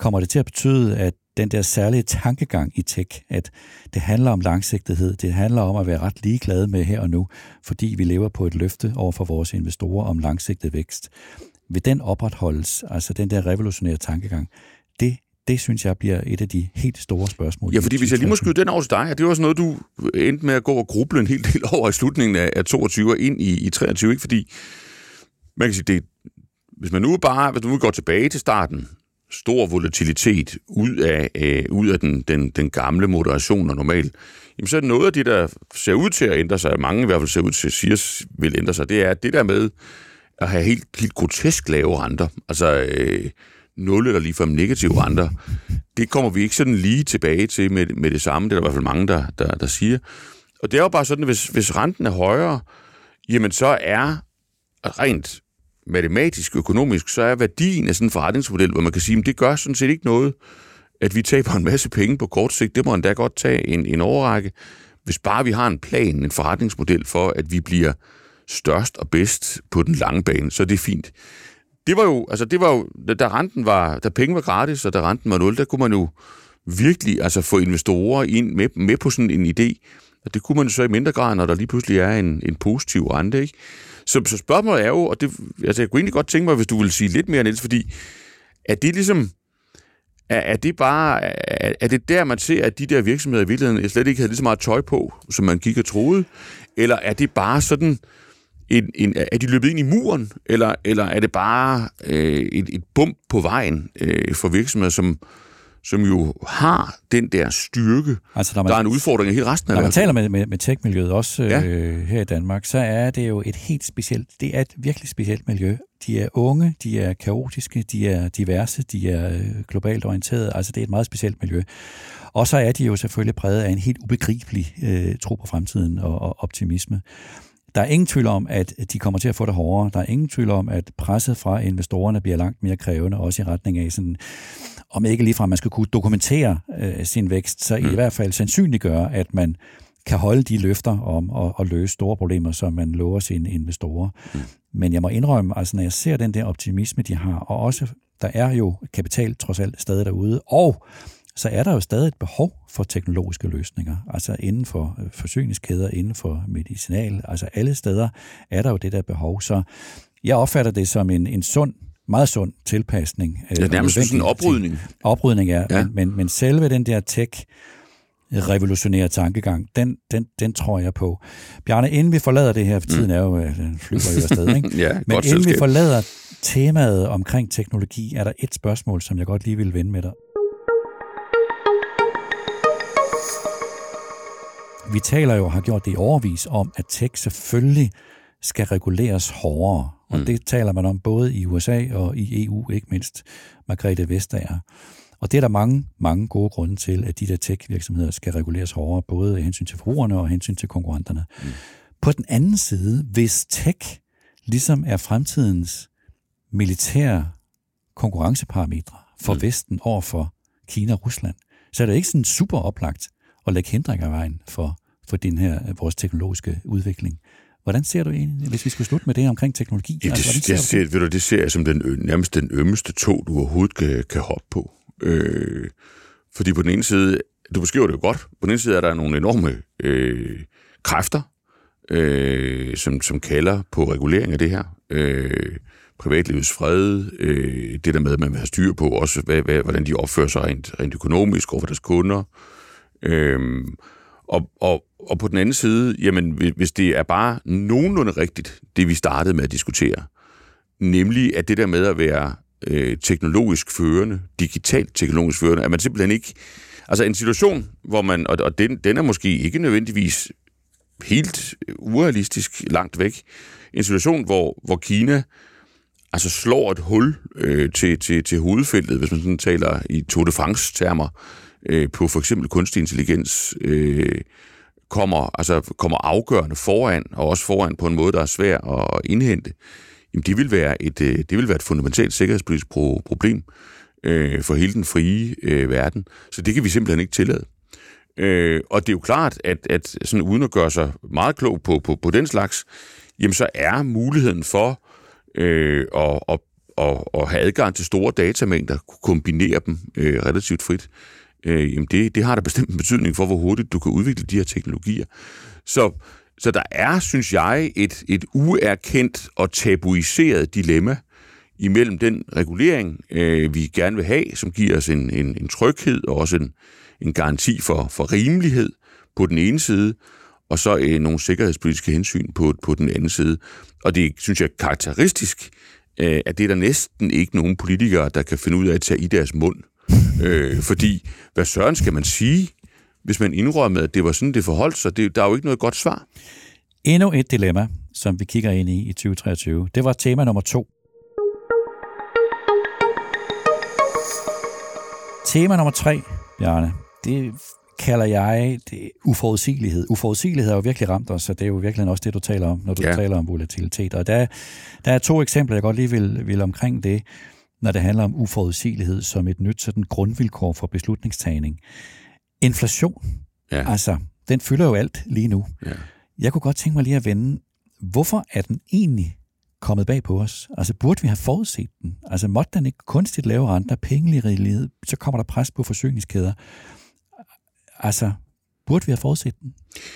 kommer det til at betyde, at den der særlige tankegang i tech, at det handler om langsigtighed, det handler om at være ret ligeglade med her og nu, fordi vi lever på et løfte over for vores investorer om langsigtet vækst. Vil den opretholdes, altså den der revolutionære tankegang, det synes jeg bliver et af de helt store spørgsmål. Ja, fordi hvis jeg lige må skyde den over til dig, og det var også noget, du endte med at gå og gruble en hel del over i slutningen af 22 og ind i 23, ikke? Fordi man kan sige, hvis man nu går tilbage til starten, stor volatilitet ud af den gamle moderation og normal, jamen så er noget af det, der ser ud til at ændre sig, mange i hvert fald ser ud til at sige, vil ændre sig, det er det der med at have helt grotesk lave renter, altså 0 eller ligefrem negative renter, det kommer vi ikke sådan lige tilbage til med det samme, det er der i hvert fald mange, der siger. Og det er jo bare sådan, at hvis renten er højere, jamen så er rent matematisk, økonomisk, så er værdien af sådan en forretningsmodel, hvor man kan sige, at det gør sådan set ikke noget, at vi taber en masse penge på kort sigt. Det må endda godt tage en årrække, hvis bare vi har en plan, en forretningsmodel for, at vi bliver størst og bedst på den lange bane, så det er fint. Det var jo, da penge var gratis, og da renten var 0, der kunne man jo virkelig få investorer ind med på sådan en idé, og det kunne man så i mindre grad, når der lige pludselig er en positiv rente, ikke? Så spørgsmålet er jo, og det, jeg kunne egentlig godt tænke mig, hvis du ville sige lidt mere, Niels, fordi er det ligesom, er det der, man ser, at de der virksomheder i virkeligheden slet ikke havde lige så meget tøj på, som man gik og troede, eller er det bare sådan, er de løbet ind i muren, eller er det bare et bump på vejen for virksomheder, som jo har den der styrke, altså, der er en udfordring i hele resten af verden. Når man taler med tech-miljøet også her i Danmark, så er det jo et helt specielt, det er et virkelig specielt miljø. De er unge, de er kaotiske, de er diverse, de er globalt orienterede, altså det er et meget specielt miljø. Og så er de jo selvfølgelig præget af en helt ubegribelig tro på fremtiden og optimisme. Der er ingen tvivl om, at de kommer til at få det hårdere. Der er ingen tvivl om, at presset fra investorerne bliver langt mere krævende, også i retning af sådan, om ikke ligefrem man skal kunne dokumentere sin vækst, så i hvert fald sandsynliggøre, at man kan holde de løfter om at løse store problemer, som man lover sine investorer. Men jeg må indrømme, altså når jeg ser den der optimisme, de har, og også, der er jo kapital trods alt stadig derude, og så er der jo stadig et behov for teknologiske løsninger, altså inden for forsyningskæder, inden for medicinal, altså alle steder er der jo det der behov. Så jeg opfatter det som en sund, meget sund tilpasning. Det er nærmest sådan en oprydning. Oprydning, ja. Men selve den der revolutionære tankegang, den tror jeg på. Bjarne, inden vi forlader det her, for tiden er jo, den flyver jo afsted, ikke? Ja, men inden vi forlader temaet omkring teknologi, er der et spørgsmål, som jeg godt lige vil vende med dig. Vi taler jo og har gjort det i årevis om, at tech selvfølgelig skal reguleres hårdere. Og det taler man om både i USA og i EU, ikke mindst Margrethe Vestager. Og det er der mange, mange gode grunde til, at de der tech-virksomheder skal reguleres hårdere, både af hensyn til forbrugerne og af hensyn til konkurrenterne. På den anden side, hvis tech ligesom er fremtidens militære konkurrenceparametre for Vesten over for Kina og Rusland, så er det ikke sådan super oplagt at lægge hindringer i vejen for vores teknologiske udvikling. Hvordan ser du egentlig, hvis vi skulle slutte med det omkring teknologi? Ja, det ser jeg som nærmest den ømmeste tog, du overhovedet kan hoppe på. Fordi på den ene side, du beskriver det jo godt, på den ene side er der nogle enorme kræfter, som kalder på regulering af det her. Privatlivets fred, det der med, at man vil have styr på også, hvordan de opfører sig rent økonomisk over for deres kunder. Og på den anden side, jamen, hvis det er bare nogenlunde rigtigt, det vi startede med at diskutere, nemlig at det der med at være teknologisk førende, digitalt teknologisk førende, at man simpelthen ikke, altså en situation, hvor man, og den er måske ikke nødvendigvis helt urealistisk langt væk, en situation, hvor Kina altså slår et hul til hovedfeltet, hvis man sådan taler i Tour de France-termer, på for eksempel kunstig intelligens, kommer afgørende foran, og også foran på en måde, der er svær at indhente, jamen det vil være et fundamentalt sikkerhedspolitisk problem for hele den frie verden. Så det kan vi simpelthen ikke tillade. Og det er jo klart, at sådan uden at gøre sig meget klog på den slags, jamen så er muligheden for at have adgang til store datamængder, kunne kombinere dem relativt frit, jamen det har da bestemt en betydning for, hvor hurtigt du kan udvikle de her teknologier. Så der er, synes jeg, et uerkendt og tabuiseret dilemma imellem den regulering, vi gerne vil have, som giver os en tryghed og også en garanti for rimelighed på den ene side, og så nogle sikkerhedspolitiske hensyn på den anden side. Og det synes jeg er karakteristisk, at det er der næsten ikke nogen politikere, der kan finde ud af at tage i deres mund. Fordi, hvad søren skal man sige, hvis man indrømmer, at det var sådan, det forholdt sig? Der er jo ikke noget godt svar. Endnu et dilemma, som vi kigger ind i 2023. Det var tema nummer 2. Tema nummer 3, Bjarne, det kalder jeg det uforudsigelighed. Uforudsigelighed har jo virkelig ramt os, så det er jo virkelig også det, du taler om, når du taler om volatilitet. Og der er 2 eksempler, jeg godt lige vil omkring det, når det handler om uforudsigelighed som et nyt sådan grundvilkår for beslutningstagning. Inflation, altså, den fylder jo alt lige nu. Ja. Jeg kunne godt tænke mig lige at vende, hvorfor er den egentlig kommet bag på os? Altså, burde vi have forudset den? Altså, måtte den ikke kunstigt lave renter, pengelighed, så kommer der pres på forsyningskæder. Altså, burde vi have forudset den?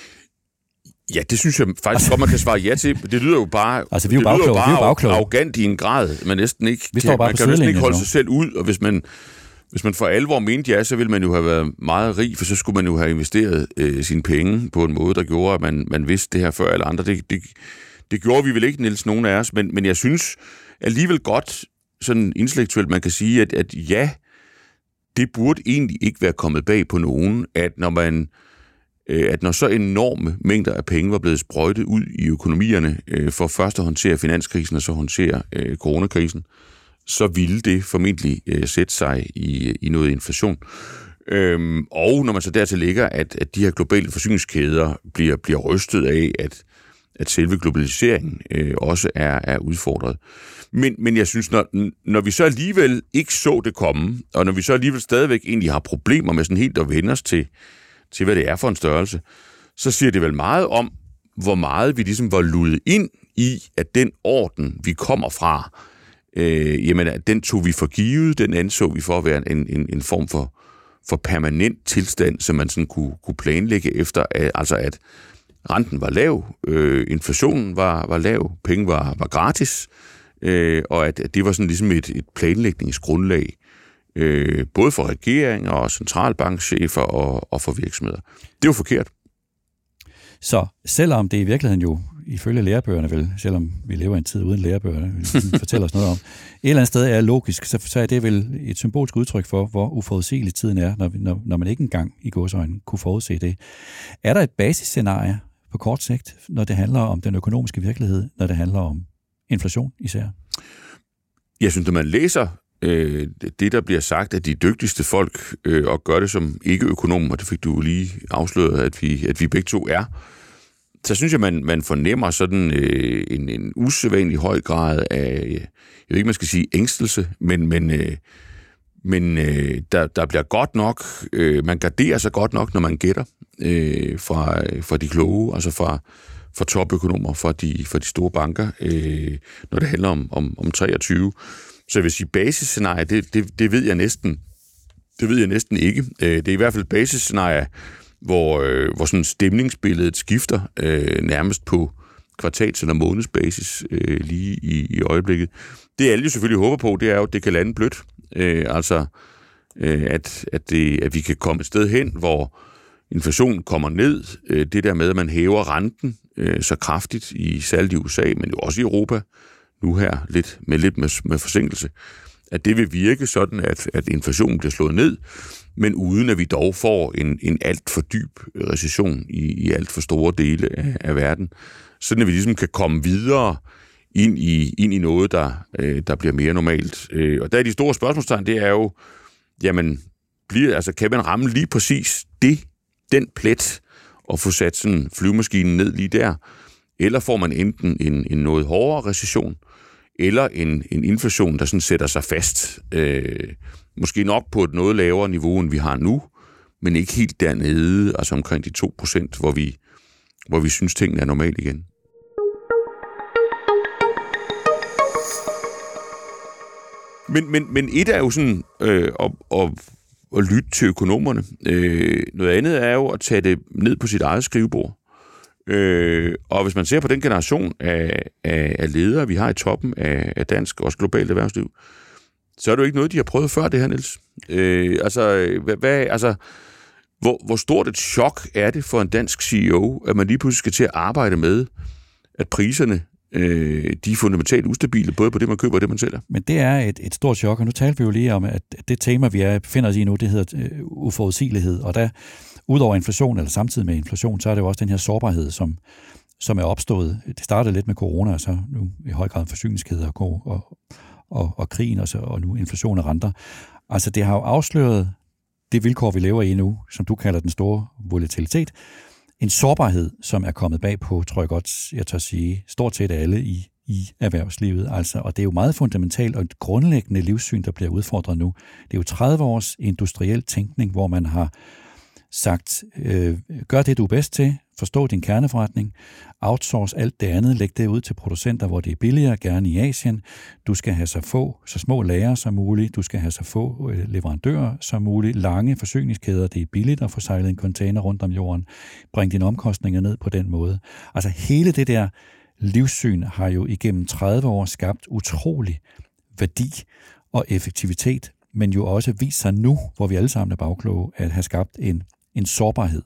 Ja, det synes jeg faktisk godt, man kan svare ja til. Det lyder jo bare, altså, vi er jo bagkloge. Arrogant i en grad, man næsten ikke man kan næsten ikke holde sig selv ud, og hvis man for alvor mente ja, så ville man jo have været meget rig, for så skulle man jo have investeret sine penge på en måde, der gjorde, at man vidste det her før alle andre. Det gjorde vi vel ikke, Niels, nogen af os, men jeg synes alligevel godt, sådan intellektuelt, man kan sige, at ja, det burde egentlig ikke være kommet bag på nogen, at når så enorme mængder af penge var blevet sprøjtet ud i økonomierne for først at håndtere finanskrisen og så håndtere coronakrisen, så ville det formentlig sætte sig i noget inflation. Og når man så dertil lægger, at de her globale forsyningskæder bliver rystet af, at selve globaliseringen også er udfordret. Men jeg synes, når vi så alligevel ikke så det komme, og når vi så alligevel stadigvæk egentlig har problemer med sådan helt at vende os til hvad det er for en størrelse, så siger det vel meget om, hvor meget vi ligesom var ludet ind i, at den orden, vi kommer fra, jamen, den tog vi for givet, den anså vi for at være en form for permanent tilstand, som man sådan kunne planlægge efter, altså at renten var lav, inflationen var lav, penge var gratis, og at det var sådan ligesom et planlægningsgrundlag, både for regeringer og centralbankchefer og for virksomheder. Det er jo forkert. Så selvom det i virkeligheden jo, ifølge lærebøgerne vel, selvom vi lever i en tid uden lærebøgerne, vil fortælle os noget om, et eller andet sted er logisk, så er det vel et symbolsk udtryk for, hvor uforudsigelig tiden er, når man ikke engang i gåseøjne kunne forudse det. Er der et basisscenarie på kort sigt, når det handler om den økonomiske virkelighed, når det handler om inflation især? Jeg synes, når man læser det, der bliver sagt af de dygtigste folk, og gør det som ikke-økonom, og det fik du lige afsløret, at vi begge to er, så synes jeg, man fornemmer sådan en usædvanlig høj grad af, jeg ved ikke, man skal sige ængstelse, men der bliver godt nok, man garderer sig godt nok, når man gætter fra de kloge, altså fra topøkonomer, fra de store banker, når det handler om 23. Så jeg vil sige, basisscenarie, det ved jeg næsten ikke. Det er i hvert fald et basisscenarie, hvor sådan stemningsbilledet skifter nærmest på kvartals- eller månedsbasis lige i øjeblikket. Det alle jo selvfølgelig håber på, det er jo, at det kan lande blødt. At vi kan komme et sted hen, hvor inflationen kommer ned. Det der med, at man hæver renten så kraftigt, særligt i USA, men jo også i Europa, nu her lidt med forsinkelse, at det vil virke sådan, at inflationen bliver slået ned, men uden at vi dog får en alt for dyb recession i alt for store dele af verden. Sådan at vi ligesom kan komme videre ind i noget, der bliver mere normalt. Og der er de store spørgsmålstegn, det er jo, jamen, kan man ramme lige præcis den plet, og få sat sådan flyvemaskinen ned lige der, eller får man enten en noget hårdere recession, eller en inflation, der sådan sætter sig fast. Måske nok på et noget lavere niveau, end vi har nu, men ikke helt dernede, altså omkring de 2%, hvor vi synes, tingene er normalt igen. Men et er jo sådan at lytte til økonomerne. Noget andet er jo at tage det ned på sit eget skrivebord. Og hvis man ser på den generation af ledere, vi har i toppen af dansk, også globalt erhvervsliv, så er det jo ikke noget, de har prøvet før det her, Niels. Hvor stort et chok er det for en dansk CEO, at man lige pludselig skal til at arbejde med, at priserne de er fundamentalt ustabile, både på det, man køber og det, man sælger. Men det er et stort chok, og nu talte vi jo lige om, at det tema, vi befinder os i nu, det hedder uforudsigelighed, og der, udover inflation, eller samtidig med inflation, så er det jo også den her sårbarhed, som er opstået. Det startede lidt med corona, og så nu i høj grad forsyningskæder og krigen, og nu inflation og renter. Altså, det har jo afsløret det vilkår, vi lever i nu, som du kalder den store volatilitet, en sårbarhed, som er kommet bag på, tror jeg godt, jeg tør sige, stort set alle i erhvervslivet. Altså, og det er jo meget fundamentalt og et grundlæggende livssyn, der bliver udfordret nu. Det er jo 30 års industriel tænkning, hvor man har sagt, gør det, du er bedst til, forstå din kerneforretning, outsource alt det andet, læg det ud til producenter, hvor det er billigere, gerne i Asien. Du skal have så små lager som muligt, du skal have så få leverandører som muligt, lange forsyningskæder, det er billigt at få sejlet en container rundt om jorden, bring dine omkostninger ned på den måde. Altså hele det der livssyn har jo igennem 30 år skabt utrolig værdi og effektivitet, men jo også vist sig nu, hvor vi alle sammen er bagkloge, at have skabt en sårbarhed,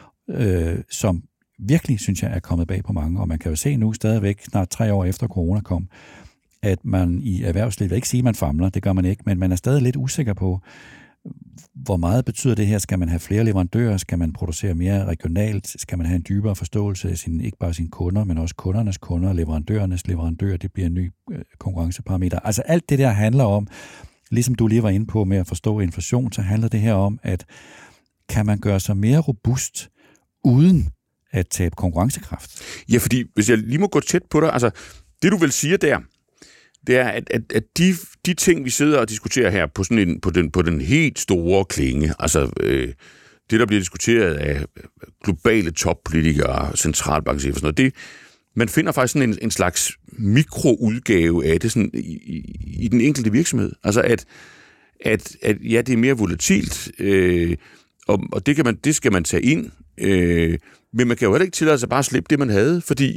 som virkelig, synes jeg, er kommet bag på mange. Og man kan jo se nu stadigvæk, snart 3 år efter corona kom, at man i erhvervslivet, ikke sige, at man famler, det gør man ikke, men man er stadig lidt usikker på, hvor meget betyder det her? Skal man have flere leverandører? Skal man producere mere regionalt? Skal man have en dybere forståelse af ikke bare sine kunder, men også kundernes kunder, leverandørernes leverandører? Det bliver en ny konkurrenceparameter. Altså alt det der handler om, ligesom du lige var inde på med at forstå inflation, så handler det her om, at kan man gøre sig mere robust uden at tabe konkurrencekraft? Ja, fordi hvis jeg lige må gå tæt på dig, altså det du vil sige der, det er, at de ting, vi sidder og diskuterer her på den helt store klinge, altså det, der bliver diskuteret af globale toppolitikere, centralbankchefer og sådan noget, det, man finder faktisk sådan en slags mikroudgave af det sådan i den enkelte virksomhed. Altså at ja, det er mere volatilt, og det skal man tage ind, men man kan jo heller ikke tillade sig bare at slippe det, man havde, fordi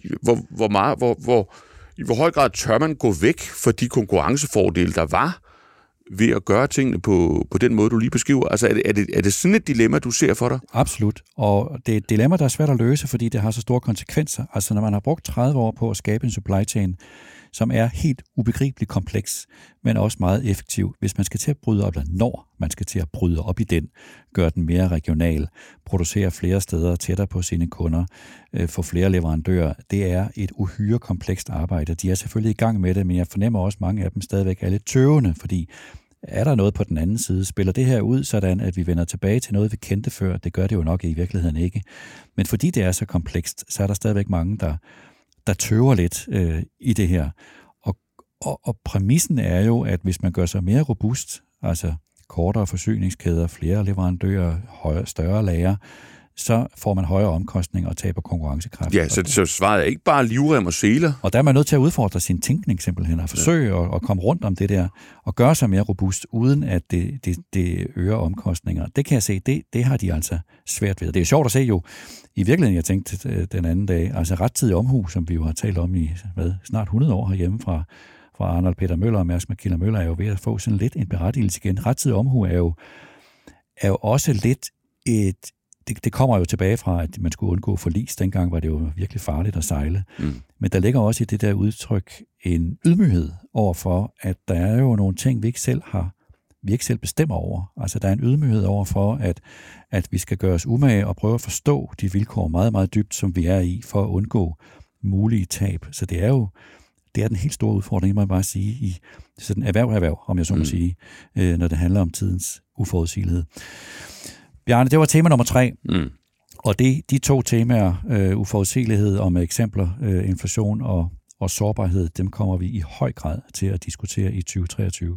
i hvor høj grad tør man gå væk fra de konkurrencefordele, der var ved at gøre tingene på den måde, du lige beskriver? Altså er det sådan et dilemma, du ser for dig? Absolut, og det er et dilemma, der er svært at løse, fordi det har så store konsekvenser. Altså når man har brugt 30 år på at skabe en supply chain, som er helt ubegribeligt kompleks, men også meget effektiv. Hvis man skal til at bryde op, eller når man skal til at bryde op i den, gøre den mere regional, producere flere steder tættere på sine kunder, få flere leverandører, det er et uhyre komplekst arbejde. De er selvfølgelig i gang med det, men jeg fornemmer også, at mange af dem stadigvæk er lidt tøvende, fordi er der noget på den anden side? Spiller det her ud, sådan at vi vender tilbage til noget, vi kendte før? Det gør det jo nok i virkeligheden ikke. Men fordi det er så komplekst, så er der stadigvæk mange, der tøver lidt i det her. Og præmissen er jo, at hvis man gør sig mere robust, altså kortere forsyningskæder, flere leverandører, større lager, så får man højere omkostninger og taber konkurrencekraft. Ja, så svaret er ikke bare livrem og seler. Og der er man nødt til at udfordre sin tænkning simpelthen, og forsøge at komme rundt om det der, og gøre sig mere robust, uden at det øger omkostninger. Det kan jeg se, det har de altså svært ved. Det er sjovt at se jo, i virkeligheden, jeg tænkte den anden dag, altså rettidig omhu, som vi jo har talt om i snart 100 år herhjemme fra Arnold Peter Møller og Mærsk Mc-Kinney Møller, er jo ved at få sådan lidt en berettigelse igen. Rettidig omhu er jo også lidt det kommer jo tilbage fra, at man skulle undgå forlis. Dengang var det jo virkelig farligt at sejle. Men der ligger også i det der udtryk en ydmyghed overfor, at der er jo nogle ting, vi ikke selv bestemmer over. Altså der er en ydmyghed overfor, at vi skal gøre os umage og prøve at forstå de vilkår meget, meget dybt, som vi er i, for at undgå mulige tab. Så det er den helt store udfordring, må jeg bare sige, i sådan erhverv, om jeg så må sige, når det handler om tidens uforudsigelighed. Bjarne, det var tema nummer 3, og de 2 temaer, uforudsigelighed og med eksempler, inflation og sårbarhed, dem kommer vi i høj grad til at diskutere i 2023.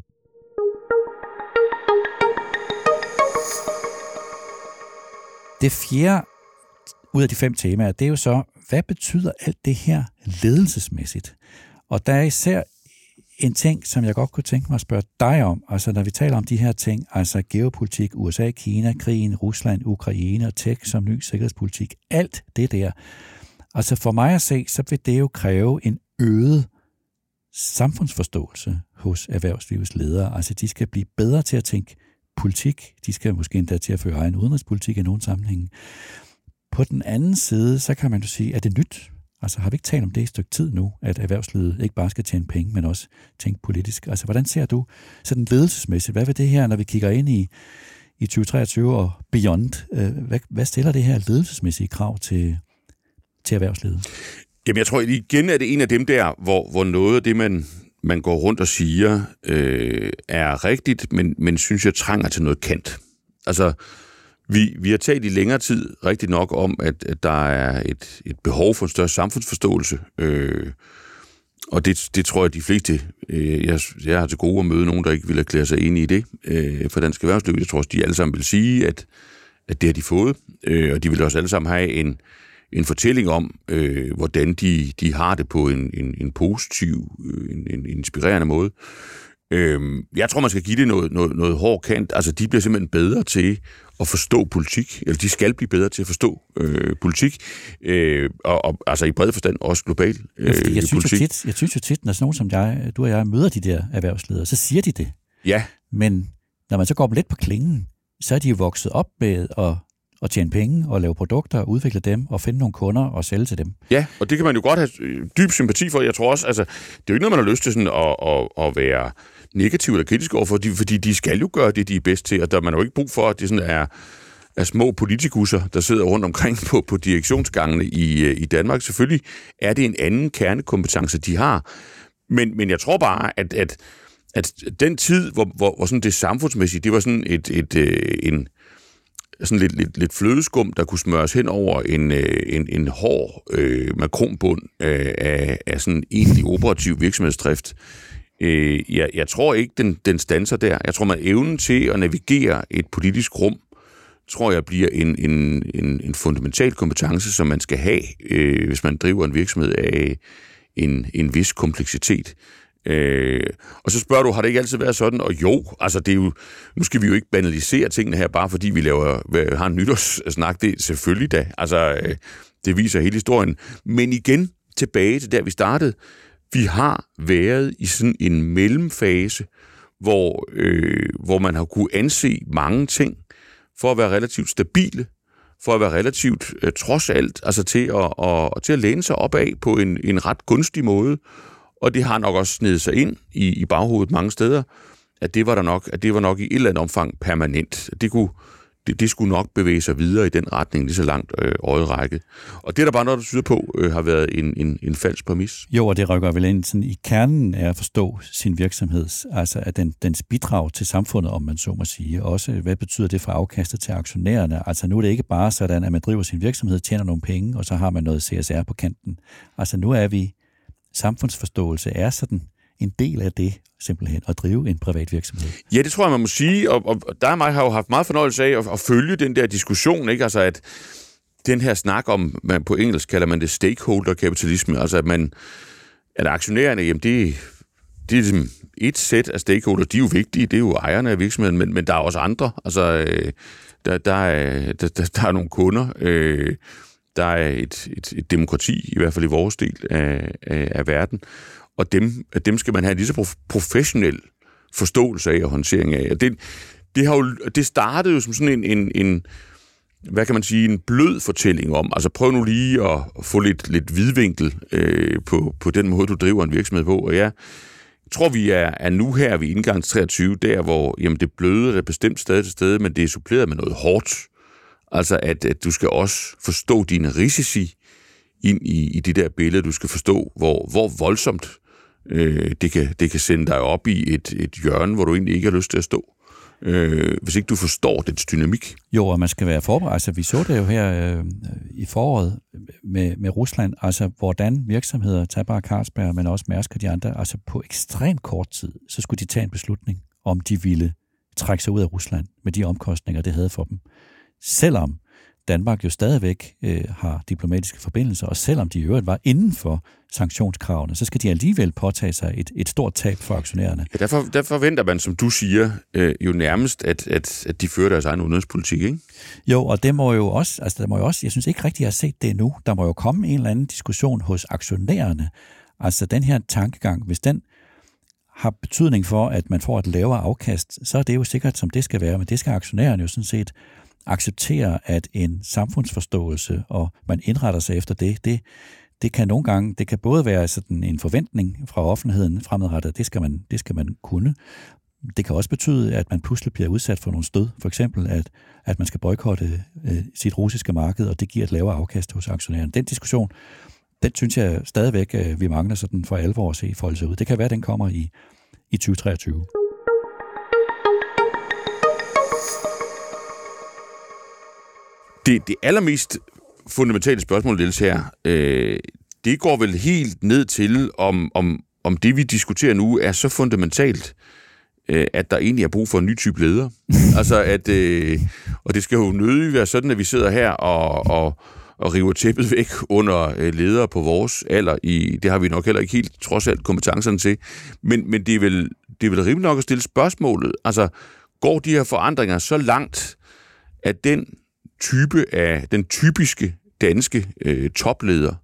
Det 4. ud af de 5 temaer, det er jo så, hvad betyder alt det her ledelsesmæssigt? Og der er især en ting, som jeg godt kunne tænke mig at spørge dig om, altså når vi taler om de her ting, altså geopolitik, USA, Kina, krigen, Rusland, Ukraine og tech som ny sikkerhedspolitik, alt det der. Altså for mig at se, så vil det jo kræve en øget samfundsforståelse hos erhvervslivets ledere. Altså de skal blive bedre til at tænke politik, de skal måske endda til at føre egen udenrigspolitik i nogle sammenhænge. På den anden side, så kan man jo sige, er det nyt? Altså har vi ikke talt om det i et stykke tid nu, at erhvervslivet ikke bare skal tjene penge, men også tænke politisk? Altså hvordan ser du sådan ledelsesmæssigt? Hvad vil det her, når vi kigger ind i 2023 og beyond? Hvad stiller det her ledelsesmæssige krav til erhvervslivet? Jamen jeg tror igen, at det er en af dem der, hvor noget af det, man går rundt og siger, er rigtigt, men synes jeg trænger til noget kant. Altså vi har talt i længere tid rigtig nok om, at der er et behov for en større samfundsforståelse, og det tror jeg, de fleste, jeg har til gode at møde nogen, der ikke vil erklære sig enige i det for dansk erhvervsliv. Jeg tror også, de alle sammen vil sige, at det har de fået, og de vil også alle sammen have en fortælling om, hvordan de har det på en positiv, en inspirerende måde. Jeg tror, man skal give det noget hård kant. Altså, de bliver simpelthen bedre til at forstå politik, eller de skal blive bedre til at forstå politik, og altså i bred forstand også global politik. Jeg synes jo tit, når sådan nogen som du og jeg møder de der erhvervsledere, så siger de det. Ja. Men når man så går lidt på klingen, så er de jo vokset op med at tjene penge og lave produkter og udvikle dem og finde nogle kunder og sælge til dem. Ja, og det kan man jo godt have dyb sympati for. Jeg tror også, altså, det er jo ikke noget, man har lyst til sådan at være negativ eller kritisk overfor, fordi de skal jo gøre det, de er bedst til, og der man har jo ikke brug for, at det sådan er små politikusser, der sidder rundt omkring på direktionsgangene i Danmark. Selvfølgelig er det en anden kernekompetence, de har, men jeg tror bare, at den tid, hvor sådan det samfundsmæssige, det var sådan en sådan lidt flødeskum, der kunne smøres hen over en hård makronbund af sådan egentlig operativ virksomhedsdrift. Jeg tror ikke, den standser der. Jeg tror, man evnen til at navigere et politisk rum, tror jeg bliver en fundamental kompetence, som man skal have, hvis man driver en virksomhed af en vis kompleksitet. Og så spørger du, har det ikke altid været sådan? Og jo, altså det er jo, nu skal vi jo ikke banalisere tingene her, bare fordi vi har en nytårssnak, det er selvfølgelig da. Altså, det viser hele historien. Men igen, tilbage til der vi startede, vi har været i sådan en mellemfase, hvor man har kunne anse mange ting for at være relativt stabile, for at være relativt trods alt, altså til at læne sig op af på en ret gunstig måde. Og det har nok også snedet sig ind i baghovedet mange steder, at det var nok i et eller andet omfang permanent. Det skulle nok bevæge sig videre i den retning, lige så langt øjet række. Og det er der bare noget, der tyder på, har været en falsk præmis. Jo, og det rykker vel ind sådan i kernen af at forstå sin virksomhed, altså at dens bidrag til samfundet, om man så må sige. Også, hvad betyder det for afkastet til aktionærerne? Altså nu er det ikke bare sådan, at man driver sin virksomhed, tjener nogle penge, og så har man noget CSR på kanten. Altså nu er vi samfundsforståelse er sådan en del af det, simpelthen, at drive en privat virksomhed. Ja, det tror jeg, man må sige, og der og mig har jo haft meget fornøjelse af at følge den der diskussion, ikke? Altså, at den her snak om, man på engelsk kalder man det stakeholder-kapitalisme, altså at aktionærerne, jamen det er ligesom et sæt af stakeholder, de er jo vigtige, det er jo ejerne af virksomheden, men der er også andre, altså der er nogle kunder, der er et demokrati, i hvert fald i vores del af verden, og dem skal man have lige så professionel forståelse af og håndtering af. Og det startede jo som sådan en hvad kan man sige, en blød fortælling om, altså prøv nu lige at få lidt vidvinkel på den måde, du driver en virksomhed på, og jeg tror, vi er nu her ved indgangs 23, der hvor jamen, det bløde er bestemt stadig til stede, men det er suppleret med noget hårdt. Altså, at du skal også forstå dine risici ind i det der billede. Du skal forstå, hvor voldsomt det kan sende dig op i et hjørne, hvor du egentlig ikke har lyst til at stå. Hvis ikke du forstår dets dynamik. Jo, og man skal være forberedt. Altså, vi så det jo her i foråret med Rusland, altså hvordan virksomheder, tag bare Carlsberg, men også Mærsk og de andre, altså på ekstremt kort tid, så skulle de tage en beslutning, om de ville trække sig ud af Rusland med de omkostninger, det havde for dem. Selvom Danmark jo stadigvæk har diplomatiske forbindelser, og selvom de i øvrigt var inden for sanktionskravene, så skal de alligevel påtage sig et stort tab for aktionærerne. Ja, der forventer man, som du siger, jo nærmest, at de fører deres egen udenrigspolitik, ikke? Jo, og det må jo også, jeg synes ikke rigtig, jeg har set det endnu, der må jo komme en eller anden diskussion hos aktionærerne. Altså den her tankegang, hvis den har betydning for, at man får et lavere afkast, så er det jo sikkert, som det skal være, men det skal aktionærerne jo sådan set acceptere, at en samfundsforståelse, og man indretter sig efter det kan nogle gange, det kan både være sådan en forventning fra offentligheden fremadrettet, det skal man kunne. Det kan også betyde, at man pludselig bliver udsat for nogle stød, for eksempel at man skal boykotte sit russiske marked, og det giver et lavere afkast hos aktionærerne. Den diskussion, den synes jeg stadigvæk, vi mangler sådan for alvor at se folde sig ud. Det kan være, den kommer i 2023. Det allermest fundamentale spørgsmål, Niels, her, det går vel helt ned til, om det, vi diskuterer nu, er så fundamentalt, at der egentlig er brug for en ny type leder. Altså, og det skal jo nødig være sådan, at vi sidder her og river tæppet væk under ledere på vores alder. Det har vi nok heller ikke helt, trods alt, kompetencerne til. Men det er vel rimelig nok at stille spørgsmålet. Altså, går de her forandringer så langt, at den typiske danske topleder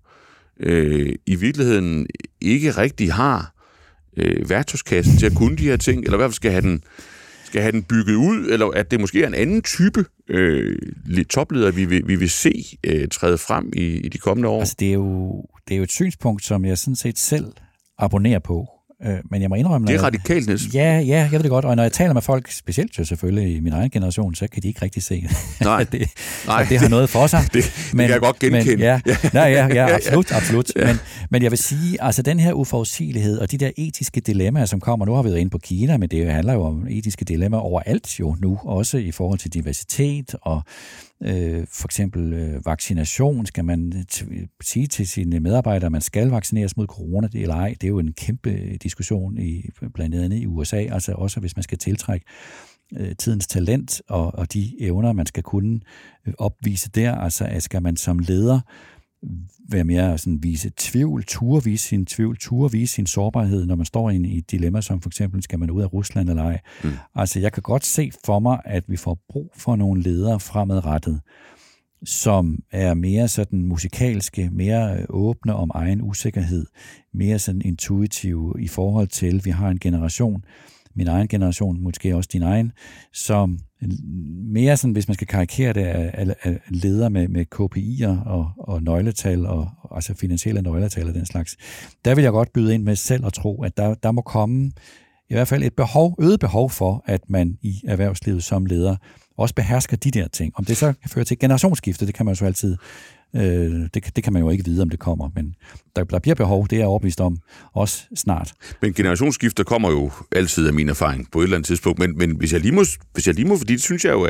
i virkeligheden ikke rigtig har værktøjskassen til at kunne de her ting, eller i hvert fald skal have den bygget ud, eller at det måske er en anden type topleder, vi vil se træde frem i de kommende år? Altså, det er jo et synspunkt, som jeg sådan set selv abonnerer på. Men jeg må indrømme... Det er radikalt, Niels. Ja, jeg ved det godt. Og når jeg taler med folk, specielt jo selvfølgelig i min egen generation, så kan de ikke rigtig se, at det har noget for sig. Det kan jeg godt genkende. Ja, absolut. Ja. Men jeg vil sige, altså den her uforudsigelighed og de der etiske dilemmaer, som kommer, nu har vi været inde på Kina, men det handler jo om etiske dilemmaer overalt jo nu, også i forhold til diversitet og for eksempel vaccination. Skal man sige til sine medarbejdere, at man skal vaccineres mod corona eller ej? Det er jo en kæmpe diskussion blandt andet i USA, altså også hvis man skal tiltrække tidens talent og de evner, man skal kunne opvise der. Altså skal man som leder være mere sådan vise tvivl, vise sin sårbarhed, når man står i et dilemma, som for eksempel, skal man ud af Rusland eller ej. Altså, jeg kan godt se for mig, at vi får brug for nogle ledere fremadrettet, som er mere sådan musikalske, mere åbne om egen usikkerhed, mere sådan intuitive i forhold til, vi har en generation, min egen generation, måske også din egen, som mere sådan, hvis man skal karikere det, er leder med KPI'er og nøgletal, og altså finansielle nøgletal og den slags. Der vil jeg godt byde ind med selv at tro, at der må komme i hvert fald et øget behov for, at man i erhvervslivet som leder også behersker de der ting. Om det så kan føre til generationsskifte, det kan man jo så altid det kan man jo ikke vide, om det kommer, men der bliver behov, det er jeg overbevist om, også snart. Men generationsskifter kommer jo altid af min erfaring på et eller andet tidspunkt, men hvis jeg lige må, fordi det synes jeg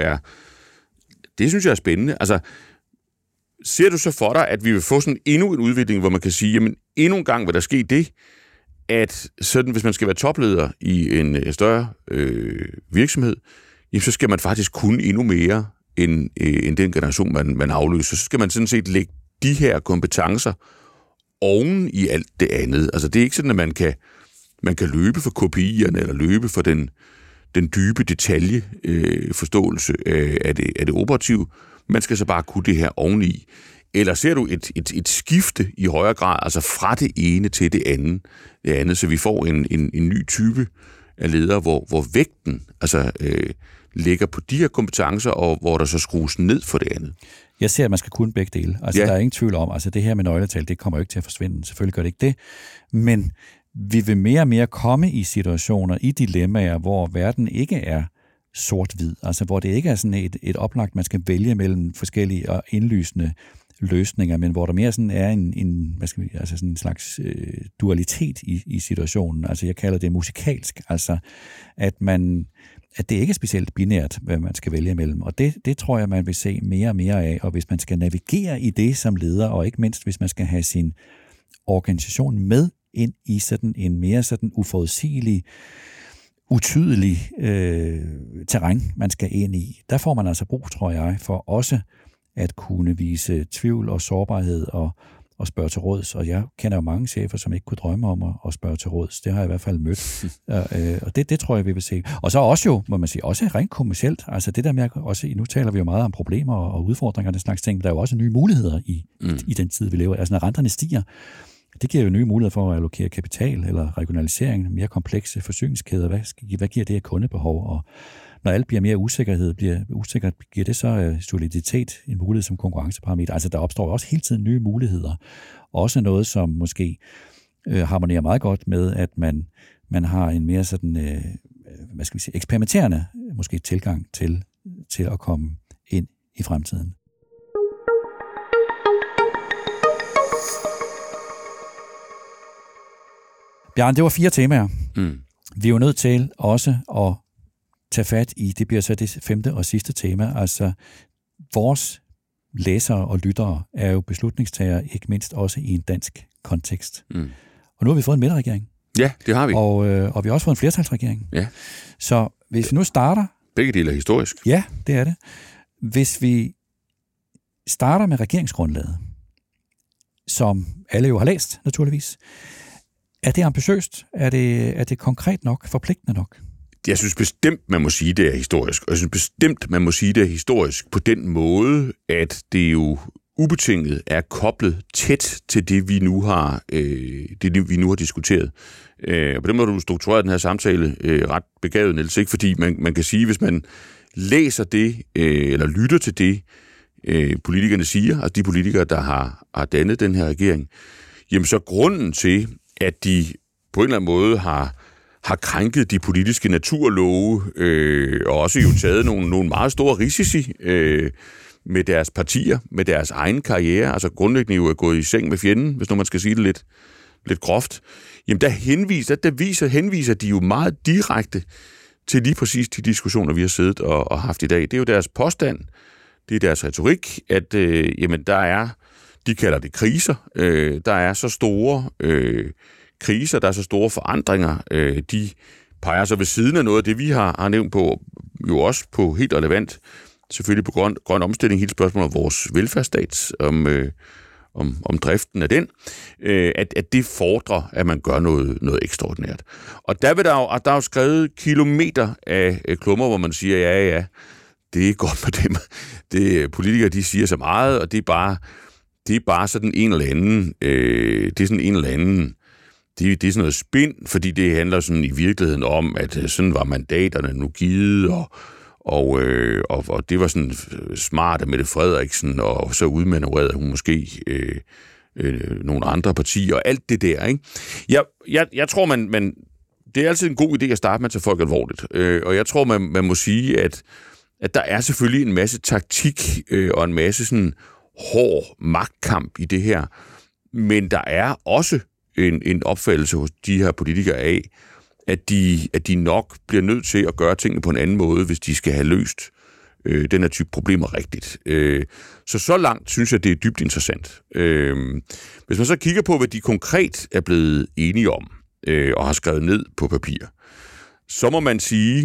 er spændende. Altså, ser du så for dig, at vi vil få sådan endnu en udvikling, hvor man kan sige, jamen endnu en gang vil der ske det, at sådan, hvis man skal være topleder i en større virksomhed, jamen, så skal man faktisk kunne endnu mere end den generation, man afløser. Så skal man sådan set lægge de her kompetencer oven i alt det andet. Altså, det er ikke sådan, at man kan løbe for KPI'erne, eller løbe for den dybe detaljeforståelse af det operative. Man skal så bare kunne det her oveni. Eller ser du et skifte i højere grad, altså fra det ene til det andet, så vi får en ny type af ledere, hvor vægten ligger på de her kompetencer, og hvor der så skrues ned for det andet? Jeg ser, at man skal kunne begge dele. Altså, der er ingen tvivl om, altså det her med nøgletal, det kommer jo ikke til at forsvinde. Selvfølgelig gør det ikke det. Men vi vil mere og mere komme i situationer, i dilemmaer, hvor verden ikke er sort-hvid. Altså, hvor det ikke er sådan et oplagt, man skal vælge mellem forskellige og indlysende løsninger, men hvor der mere sådan er sådan en slags dualitet i situationen. Altså, jeg kalder det musikalsk. Altså, at det ikke er specielt binært, hvad man skal vælge imellem. Og det tror jeg, man vil se mere og mere af. Og hvis man skal navigere i det som leder, og ikke mindst, hvis man skal have sin organisation med ind i sådan en mere sådan uforudsigelig, utydelig terræn, man skal ind i, der får man altså brug, tror jeg, for også at kunne vise tvivl og sårbarhed og spørge til råds. Og jeg kender jo mange chefer, som ikke kunne drømme om at spørge til råds. Det har jeg i hvert fald mødt. Og det tror jeg, vi vil se. Og så også jo, må man sige, også rent kommercielt. Altså det der med, også, nu taler vi jo meget om problemer og udfordringer og den slags ting, men der er jo også nye muligheder i den tid, vi lever i. Altså når renterne stiger, det giver jo nye muligheder for at allokere kapital eller regionalisering, mere komplekse forsyningskæder. Hvad giver det af kundebehov? Og når alt bliver mere usikkert, giver det så soliditet en mulighed som konkurrenceparameter. Altså der opstår også hele tiden nye muligheder. Også noget, som måske harmonerer meget godt med, at man har en mere sådan, eksperimenterende måske tilgang til at komme ind i fremtiden. Bjarne, det var 4 temaer. Vi er jo nødt til også at tage fat i, det bliver så det 5. og sidste tema, altså vores læsere og lyttere er jo beslutningstagere, ikke mindst også i en dansk kontekst. Og nu har vi fået en midterregering. Ja, det har vi. Og vi har også fået en flertalsregering. Ja. Så hvis vi nu starter... Begge dele er historisk. Ja, det er det. Hvis vi starter med regeringsgrundlaget, som alle jo har læst, naturligvis, er det ambitiøst? Er det konkret nok? Forpligtende nok? Jeg synes bestemt, man må sige, det er historisk. Og jeg synes bestemt, man må sige, det er historisk på den måde, at det jo ubetinget er koblet tæt til det, vi nu har, diskuteret. Og på den måde har du struktureret den her samtale ret begavet, Niels, ikke? Fordi man kan sige, hvis man læser det, eller lytter til det, politikerne siger, altså de politikere, der har dannet den her regering, jamen så grunden til, at de på en eller anden måde har krænket de politiske naturlove, og også jo taget nogle meget store risici med deres partier, med deres egen karriere, altså grundlæggende jo er gået i seng med fjenden, hvis nu man skal sige det lidt groft, jamen der henviser de jo meget direkte til lige præcis de diskussioner, vi har siddet og haft i dag. Det er jo deres påstand, det er deres retorik, at jamen der er, de kalder det kriser, der er så store kriser, der er så store forandringer, de peger så ved siden af noget af det, vi har nævnt på, jo også på helt relevant, selvfølgelig på grøn omstilling, hele spørgsmålet om vores velfærdsstat, om driften af den, at det fordrer, at man gør noget ekstraordinært. Og der er jo skrevet kilometer af klummer, hvor man siger, ja, det er godt med dem. Politikere, de siger så meget, og det er bare sådan en eller anden, det er sådan noget spind, fordi det handler sådan i virkeligheden om, at sådan var mandaterne nu givet, og det var sådan smart af Mette Frederiksen, og så udmanøvrerede hun måske nogle andre partier, og alt det der, ikke? Jeg tror, man det er altid en god idé at starte med at tage folk alvorligt, og jeg tror, man må sige, at der er selvfølgelig en masse taktik og en masse sådan hård magtkamp i det her, men der er også en opfattelse hos de her politikere af, at de nok bliver nødt til at gøre tingene på en anden måde, hvis de skal have løst den her type problemer rigtigt. Så langt synes jeg, det er dybt interessant. Hvis man så kigger på, hvad de konkret er blevet enige om, og har skrevet ned på papir, så må man sige,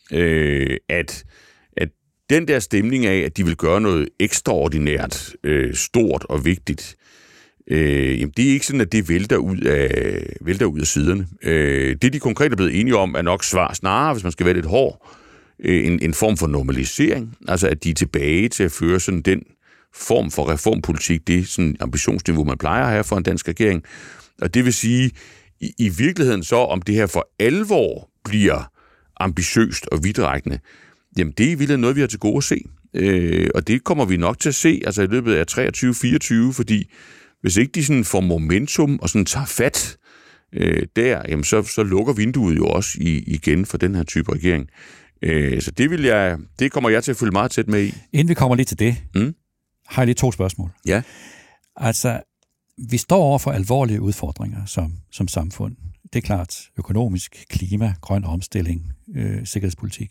at den der stemning af, at de vil gøre noget ekstraordinært, stort og vigtigt, jamen det er ikke sådan, at det vælter ud af siderne. Det, de konkret er blevet enige om, er nok snarere, hvis man skal være lidt hård, en form for normalisering. Altså, at de er tilbage til at føre sådan den form for reformpolitik, det er sådan ambitionsniveau, man plejer at have for en dansk regering. Og det vil sige, i virkeligheden så, om det her for alvor bliver ambitiøst og vidtrækkende, jamen det er i virkeligheden noget, vi har til gode at se. Og det kommer vi nok til at se, altså i løbet af 23-24, fordi hvis ikke de sådan får momentum og sådan tager fat jamen så lukker vinduet jo også igen for den her type regering. Så det kommer jeg til at følge meget tæt med i. Inden vi kommer lige til det, har jeg lige 2 spørgsmål. Ja. Altså, vi står over for alvorlige udfordringer som samfund. Det er klart økonomisk, klima, grøn omstilling, sikkerhedspolitik.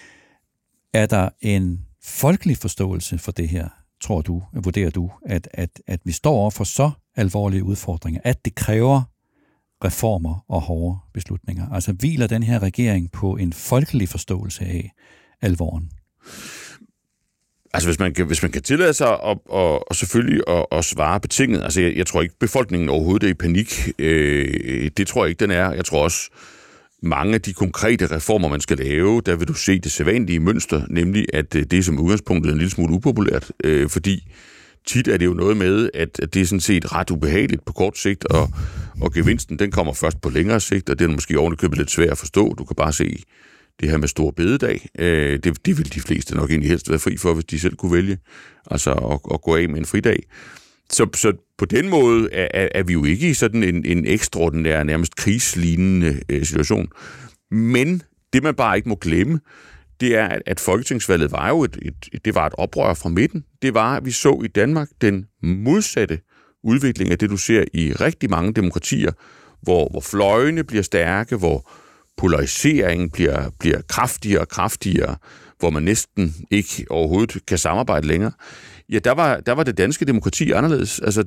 Er der en folkelig forståelse for det her, vurderer du, at vi står over for så alvorlige udfordringer, at det kræver reformer og hårde beslutninger? Altså hviler den her regering på en folkelig forståelse af alvoren? Altså, hvis man kan tillade sig og selvfølgelig at svare betinget. Altså, jeg tror ikke, befolkningen overhovedet er i panik. Det tror jeg ikke, den er. Jeg tror også, mange af de konkrete reformer, man skal lave, der vil du se det sædvanlige mønster, nemlig at det er som udgangspunktet en lille smule upopulært. Fordi tit er det jo noget med, at det er sådan set ret ubehageligt på kort sigt, og gevinsten, den kommer først på længere sigt, og det er måske ovenikøbet lidt svært at forstå. Du kan bare se det her med store bededag. Det vil de fleste nok egentlig helst være fri for, hvis de selv kunne vælge, altså at gå af med en fridag. Så på den måde er vi jo ikke i sådan en ekstraordinær, nærmest krigslignende situation. Men det, man bare ikke må glemme, det er, at folketingsvalget var jo det var et oprør fra midten. Det var, at vi så i Danmark den modsatte udvikling af det, du ser i rigtig mange demokratier, hvor fløjene bliver stærke, hvor polariseringen bliver kraftigere og kraftigere, hvor man næsten ikke overhovedet kan samarbejde længere. Ja, der var det danske demokrati anderledes. Altså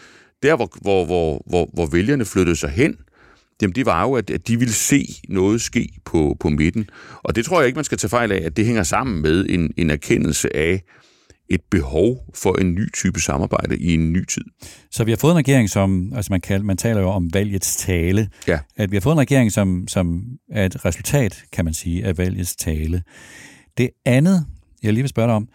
hvor vælgerne flyttede sig hen, jamen det var jo, at de ville se noget ske på midten. Og det tror jeg ikke, man skal tage fejl af, at det hænger sammen med en erkendelse af et behov for en ny type samarbejde i en ny tid. Så vi har fået en regering, som, altså man taler jo om valgets tale, ja. At vi har fået en regering, som er et resultat, kan man sige, af valgets tale. Det andet, jeg lige vil spørge dig om,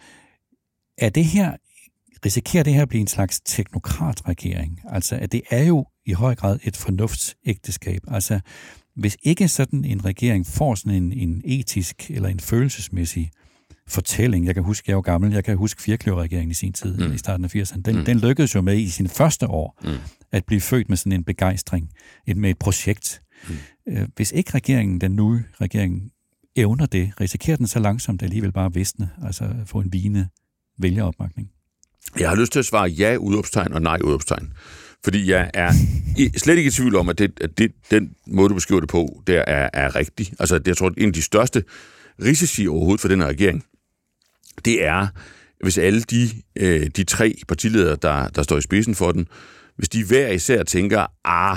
risikerer det her at blive en slags teknokratregering? Altså, at det er jo i høj grad et fornuftsægteskab. Altså, hvis ikke sådan en regering får sådan en etisk eller en følelsesmæssig fortælling. Jeg kan huske, jeg er jo gammel, jeg kan huske Firkløver-regeringen i sin tid, i starten af 80'erne. Den lykkedes jo med i sine første år at blive født med sådan en begejstring, med et projekt. Hvis ikke regeringen, den nye regering, evner det, risikerer den så langsomt alligevel bare visne, altså få en vigende vælgeropbakning? Jeg har lyst til at svare ja, udopstegn, og nej, udopstegn. Fordi jeg er slet ikke i tvivl om, at den måde, du beskriver det på, der er rigtig. Altså, jeg tror, at en af de største risici overhovedet for den her regering, det er, hvis alle de tre partiledere, der står i spidsen for den, hvis de hver især tænker,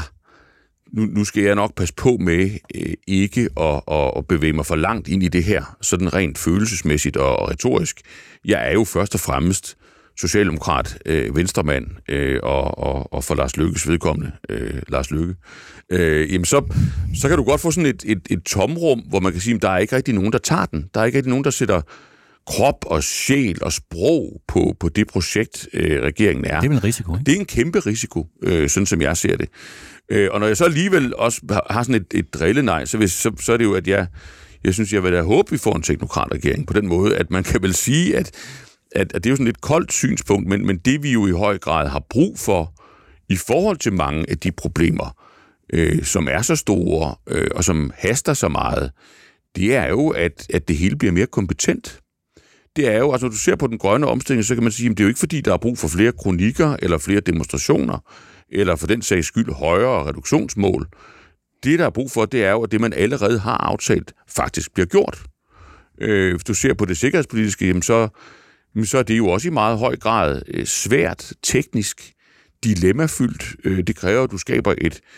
nu skal jeg nok passe på med ikke at bevæge mig for langt ind i det her, sådan rent følelsesmæssigt og retorisk. Jeg er jo først og fremmest socialdemokrat, venstremand, og for Lars Løkkes vedkommende, Lars Løkke, jamen så kan du godt få sådan et tomrum, hvor man kan sige, at der er ikke rigtig nogen, der tager den. Der er ikke rigtig nogen, der sætter krop og sjæl og sprog på det projekt, regeringen er. Det er vel en risiko, ikke? Det er en kæmpe risiko, sådan som jeg ser det. Og når jeg så alligevel også har sådan et drillenej, så er det jo, at jeg synes, jeg vil da håbe, vi får en teknokratregering på den måde, at man kan vel sige, at det er jo sådan et koldt synspunkt, men det vi jo i høj grad har brug for i forhold til mange af de problemer, som er så store og som haster så meget, det er jo, at det hele bliver mere kompetent. Det er jo, altså når du ser på den grønne omstilling, så kan man sige, at det er jo ikke fordi, der er brug for flere kronikker eller flere demonstrationer, eller for den sags skyld højere reduktionsmål. Det, der er brug for, det er jo, at det, man allerede har aftalt, faktisk bliver gjort. Hvis du ser på det sikkerhedspolitiske, jamen så er det jo også i meget høj grad svært, teknisk, dilemmafyldt. Det kræver, at du skaber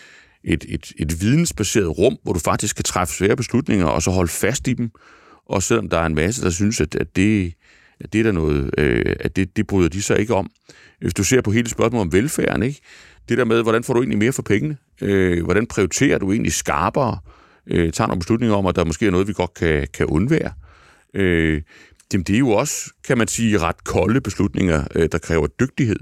et vidensbaseret rum, hvor du faktisk kan træffe svære beslutninger, og så holde fast i dem. Og selvom der er en masse, der synes, at det er der noget, at det bryder de sig ikke om. Hvis du ser på hele spørgsmålet om velfærden, ikke? Det der med, hvordan får du egentlig mere for pengene? Hvordan prioriterer du egentlig skarpere? Tager nogle beslutninger om, at der måske er noget, vi godt kan undvære? Det er jo også, kan man sige, ret kolde beslutninger, der kræver dygtighed.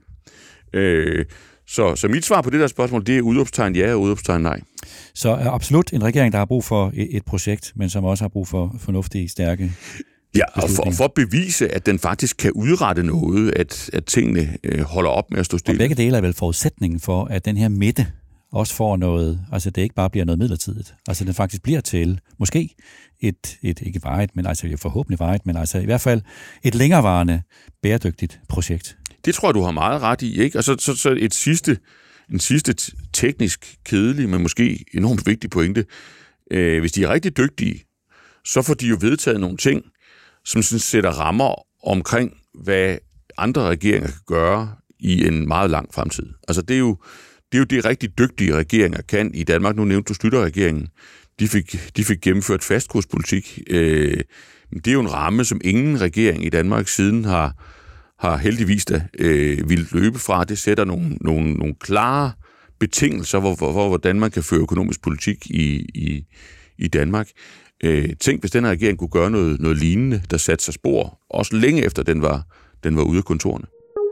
Så mit svar på det der spørgsmål, det er udopstegn ja og udopstegn nej. Så er absolut en regering, der har brug for et projekt, men som også har brug for fornuftige, stærke ja, og for at bevise, at den faktisk kan udrette noget, at tingene holder op med at stå stille. Og begge dele er vel forudsætningen for, at den her midte også får noget, altså det ikke bare bliver noget midlertidigt. Altså den faktisk bliver til måske et ikke varigt, men altså forhåbentlig varigt, men altså i hvert fald et længerevarende, bæredygtigt projekt. Det tror jeg, du har meget ret i, ikke? Og så en sidste teknisk kedelig, men måske enormt vigtig pointe. Hvis de er rigtig dygtige, så får de jo vedtaget nogle ting, som sådan sætter rammer omkring, hvad andre regeringer kan gøre i en meget lang fremtid. Altså det er jo det rigtig dygtige regeringer kan i Danmark. Nu nævnte du Schlüter-regeringen. de fik gennemført fastkurspolitik. Det er jo en ramme, som ingen regering i Danmark siden har heldigvis da ville løbe fra. Det sætter nogle klare betingelser for, hvordan man kan føre økonomisk politik i Danmark. Tænk, hvis den her regering kunne gøre noget lignende, der satte sig spor, også længe efter den var ude af kontorerne.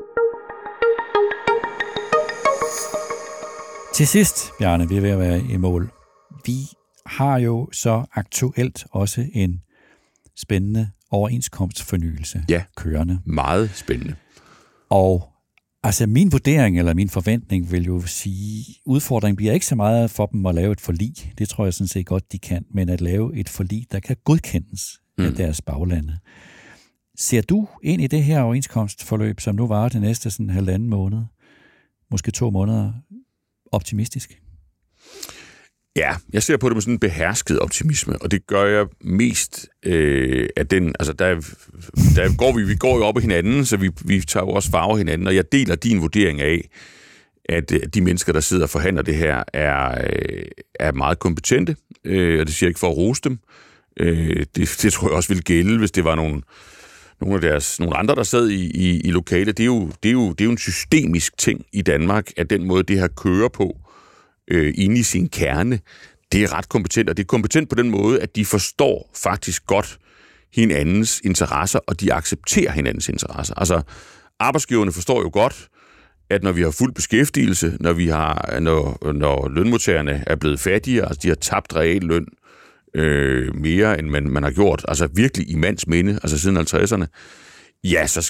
Til sidst, Bjarne, vi er ved at være i mål. Vi har jo så aktuelt også en spændende overenskomstfornyelse kørende. Meget spændende. Og altså min vurdering eller min forventning vil jo sige, udfordringen bliver ikke så meget for dem at lave et forlig. Det tror jeg sådan set godt, de kan. Men at lave et forlig, der kan godkendes af deres baglande. Ser du ind i det her overenskomstforløb, som nu varer det næste sådan 1,5 måned, måske 2 måneder, optimistisk? Ja, jeg ser på det med sådan en behersket optimisme, og det gør jeg mest af den, altså vi går jo op i hinanden, så vi tager jo også farve hinanden, og jeg deler din vurdering af, at de mennesker, der sidder og forhandler det her, er meget kompetente, og det siger jeg ikke for at rose dem. Det tror jeg også ville gælde, hvis det var nogle andre, der sad i lokalet. Det er jo en systemisk ting i Danmark, at den måde, det her kører på, inde i sin kerne, det er ret kompetent, og det er kompetent på den måde, at de forstår faktisk godt hinandens interesser, og de accepterer hinandens interesser. Altså, arbejdsgiverne forstår jo godt, at når vi har fuld beskæftigelse, når lønmodtagerne er blevet fattigere, altså de har tabt reel løn mere, end man har gjort, altså virkelig i mands minde, altså siden 50'erne, ja, så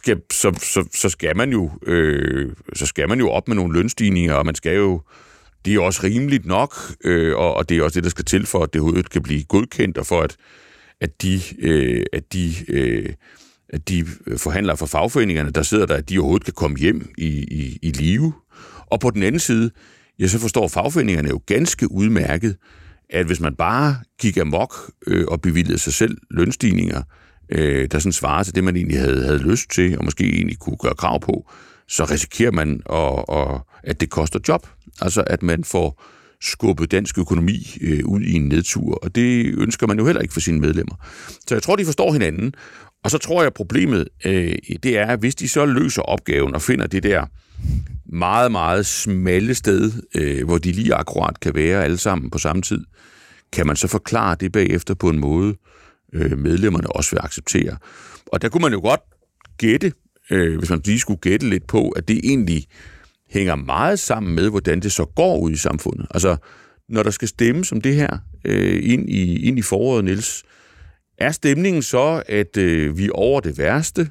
skal man jo op med nogle lønstigninger, og man skal jo. Det er også rimeligt nok, og det er også det, der skal til for, at det overhovedet kan blive godkendt, og for at de forhandlere for fagforeningerne, der sidder der, at de overhovedet kan komme hjem i live. Og på den anden side, ja, så forstår fagforeningerne jo ganske udmærket, at hvis man bare gik amok og bevilgede sig selv lønstigninger, der sådan svarer til det, man egentlig havde lyst til, og måske egentlig kunne gøre krav på, så risikerer man, at det koster job. Altså, at man får skubbet dansk økonomi ud i en nedtur, og det ønsker man jo heller ikke for sine medlemmer. Så jeg tror, de forstår hinanden, og så tror jeg, at problemet det er, at hvis de så løser opgaven og finder det der meget, meget smalle sted, hvor de lige akkurat kan være alle sammen på samme tid, kan man så forklare det bagefter på en måde, medlemmerne også vil acceptere. Og der kunne man jo godt gætte, hvis man lige skulle gætte lidt på, at det egentlig hænger meget sammen med, hvordan det så går ud i samfundet. Altså, når der skal stemmes om det her ind i foråret, Niels, er stemningen så, at vi er over det værste?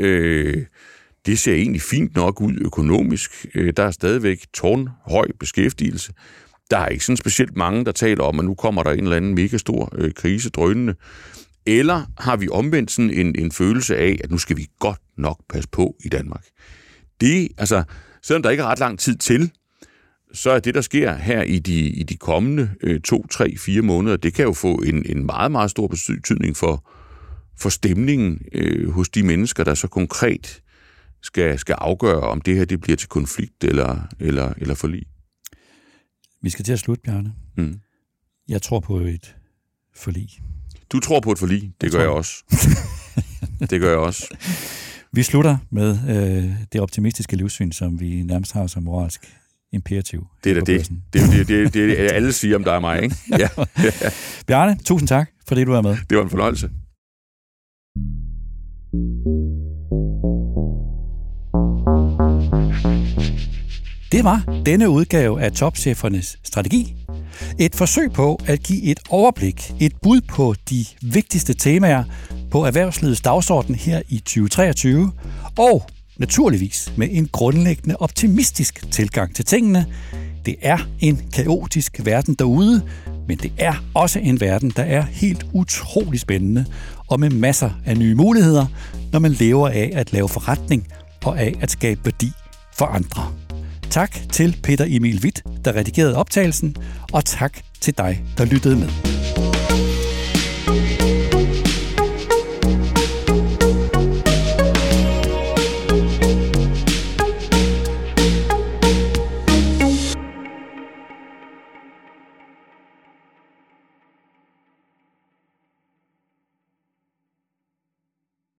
Det ser egentlig fint nok ud økonomisk. Der er stadigvæk tårnhøj beskæftigelse. Der er ikke sådan specielt mange, der taler om, at nu kommer der en eller anden mega stor krise drønende. Eller har vi omvendt sådan en følelse af, at nu skal vi godt nok passe på i Danmark? Det, altså, selvom der ikke er ret lang tid til, så er det, der sker her i de kommende 2, 3, 4 måneder, det kan jo få en meget, meget stor betydning for stemningen hos de mennesker, der så konkret skal afgøre, om det her det bliver til konflikt eller forlig. Vi skal til at slutte, Bjarne. Jeg tror på et forlig. Du tror på et forlig? Det gør jeg også. Det gør jeg også. Vi slutter med det optimistiske livssyn, som vi nærmest har som moralsk imperativ. Det er da det alle siger om dig og mig, ikke? Ja. Bjarne, tusind tak, fordi du er med. Det var en fornøjelse. Det var denne udgave af Topchefernes Strategi. Et forsøg på at give et overblik, et bud på de vigtigste temaer på erhvervslivets dagsorden her i 2023, og naturligvis med en grundlæggende optimistisk tilgang til tingene. Det er en kaotisk verden derude, men det er også en verden, der er helt utrolig spændende og med masser af nye muligheder, når man lever af at lave forretning og af at skabe værdi for andre. Tak til Peter Emil Witt, der redigerede optagelsen, og tak til dig, der lyttede med.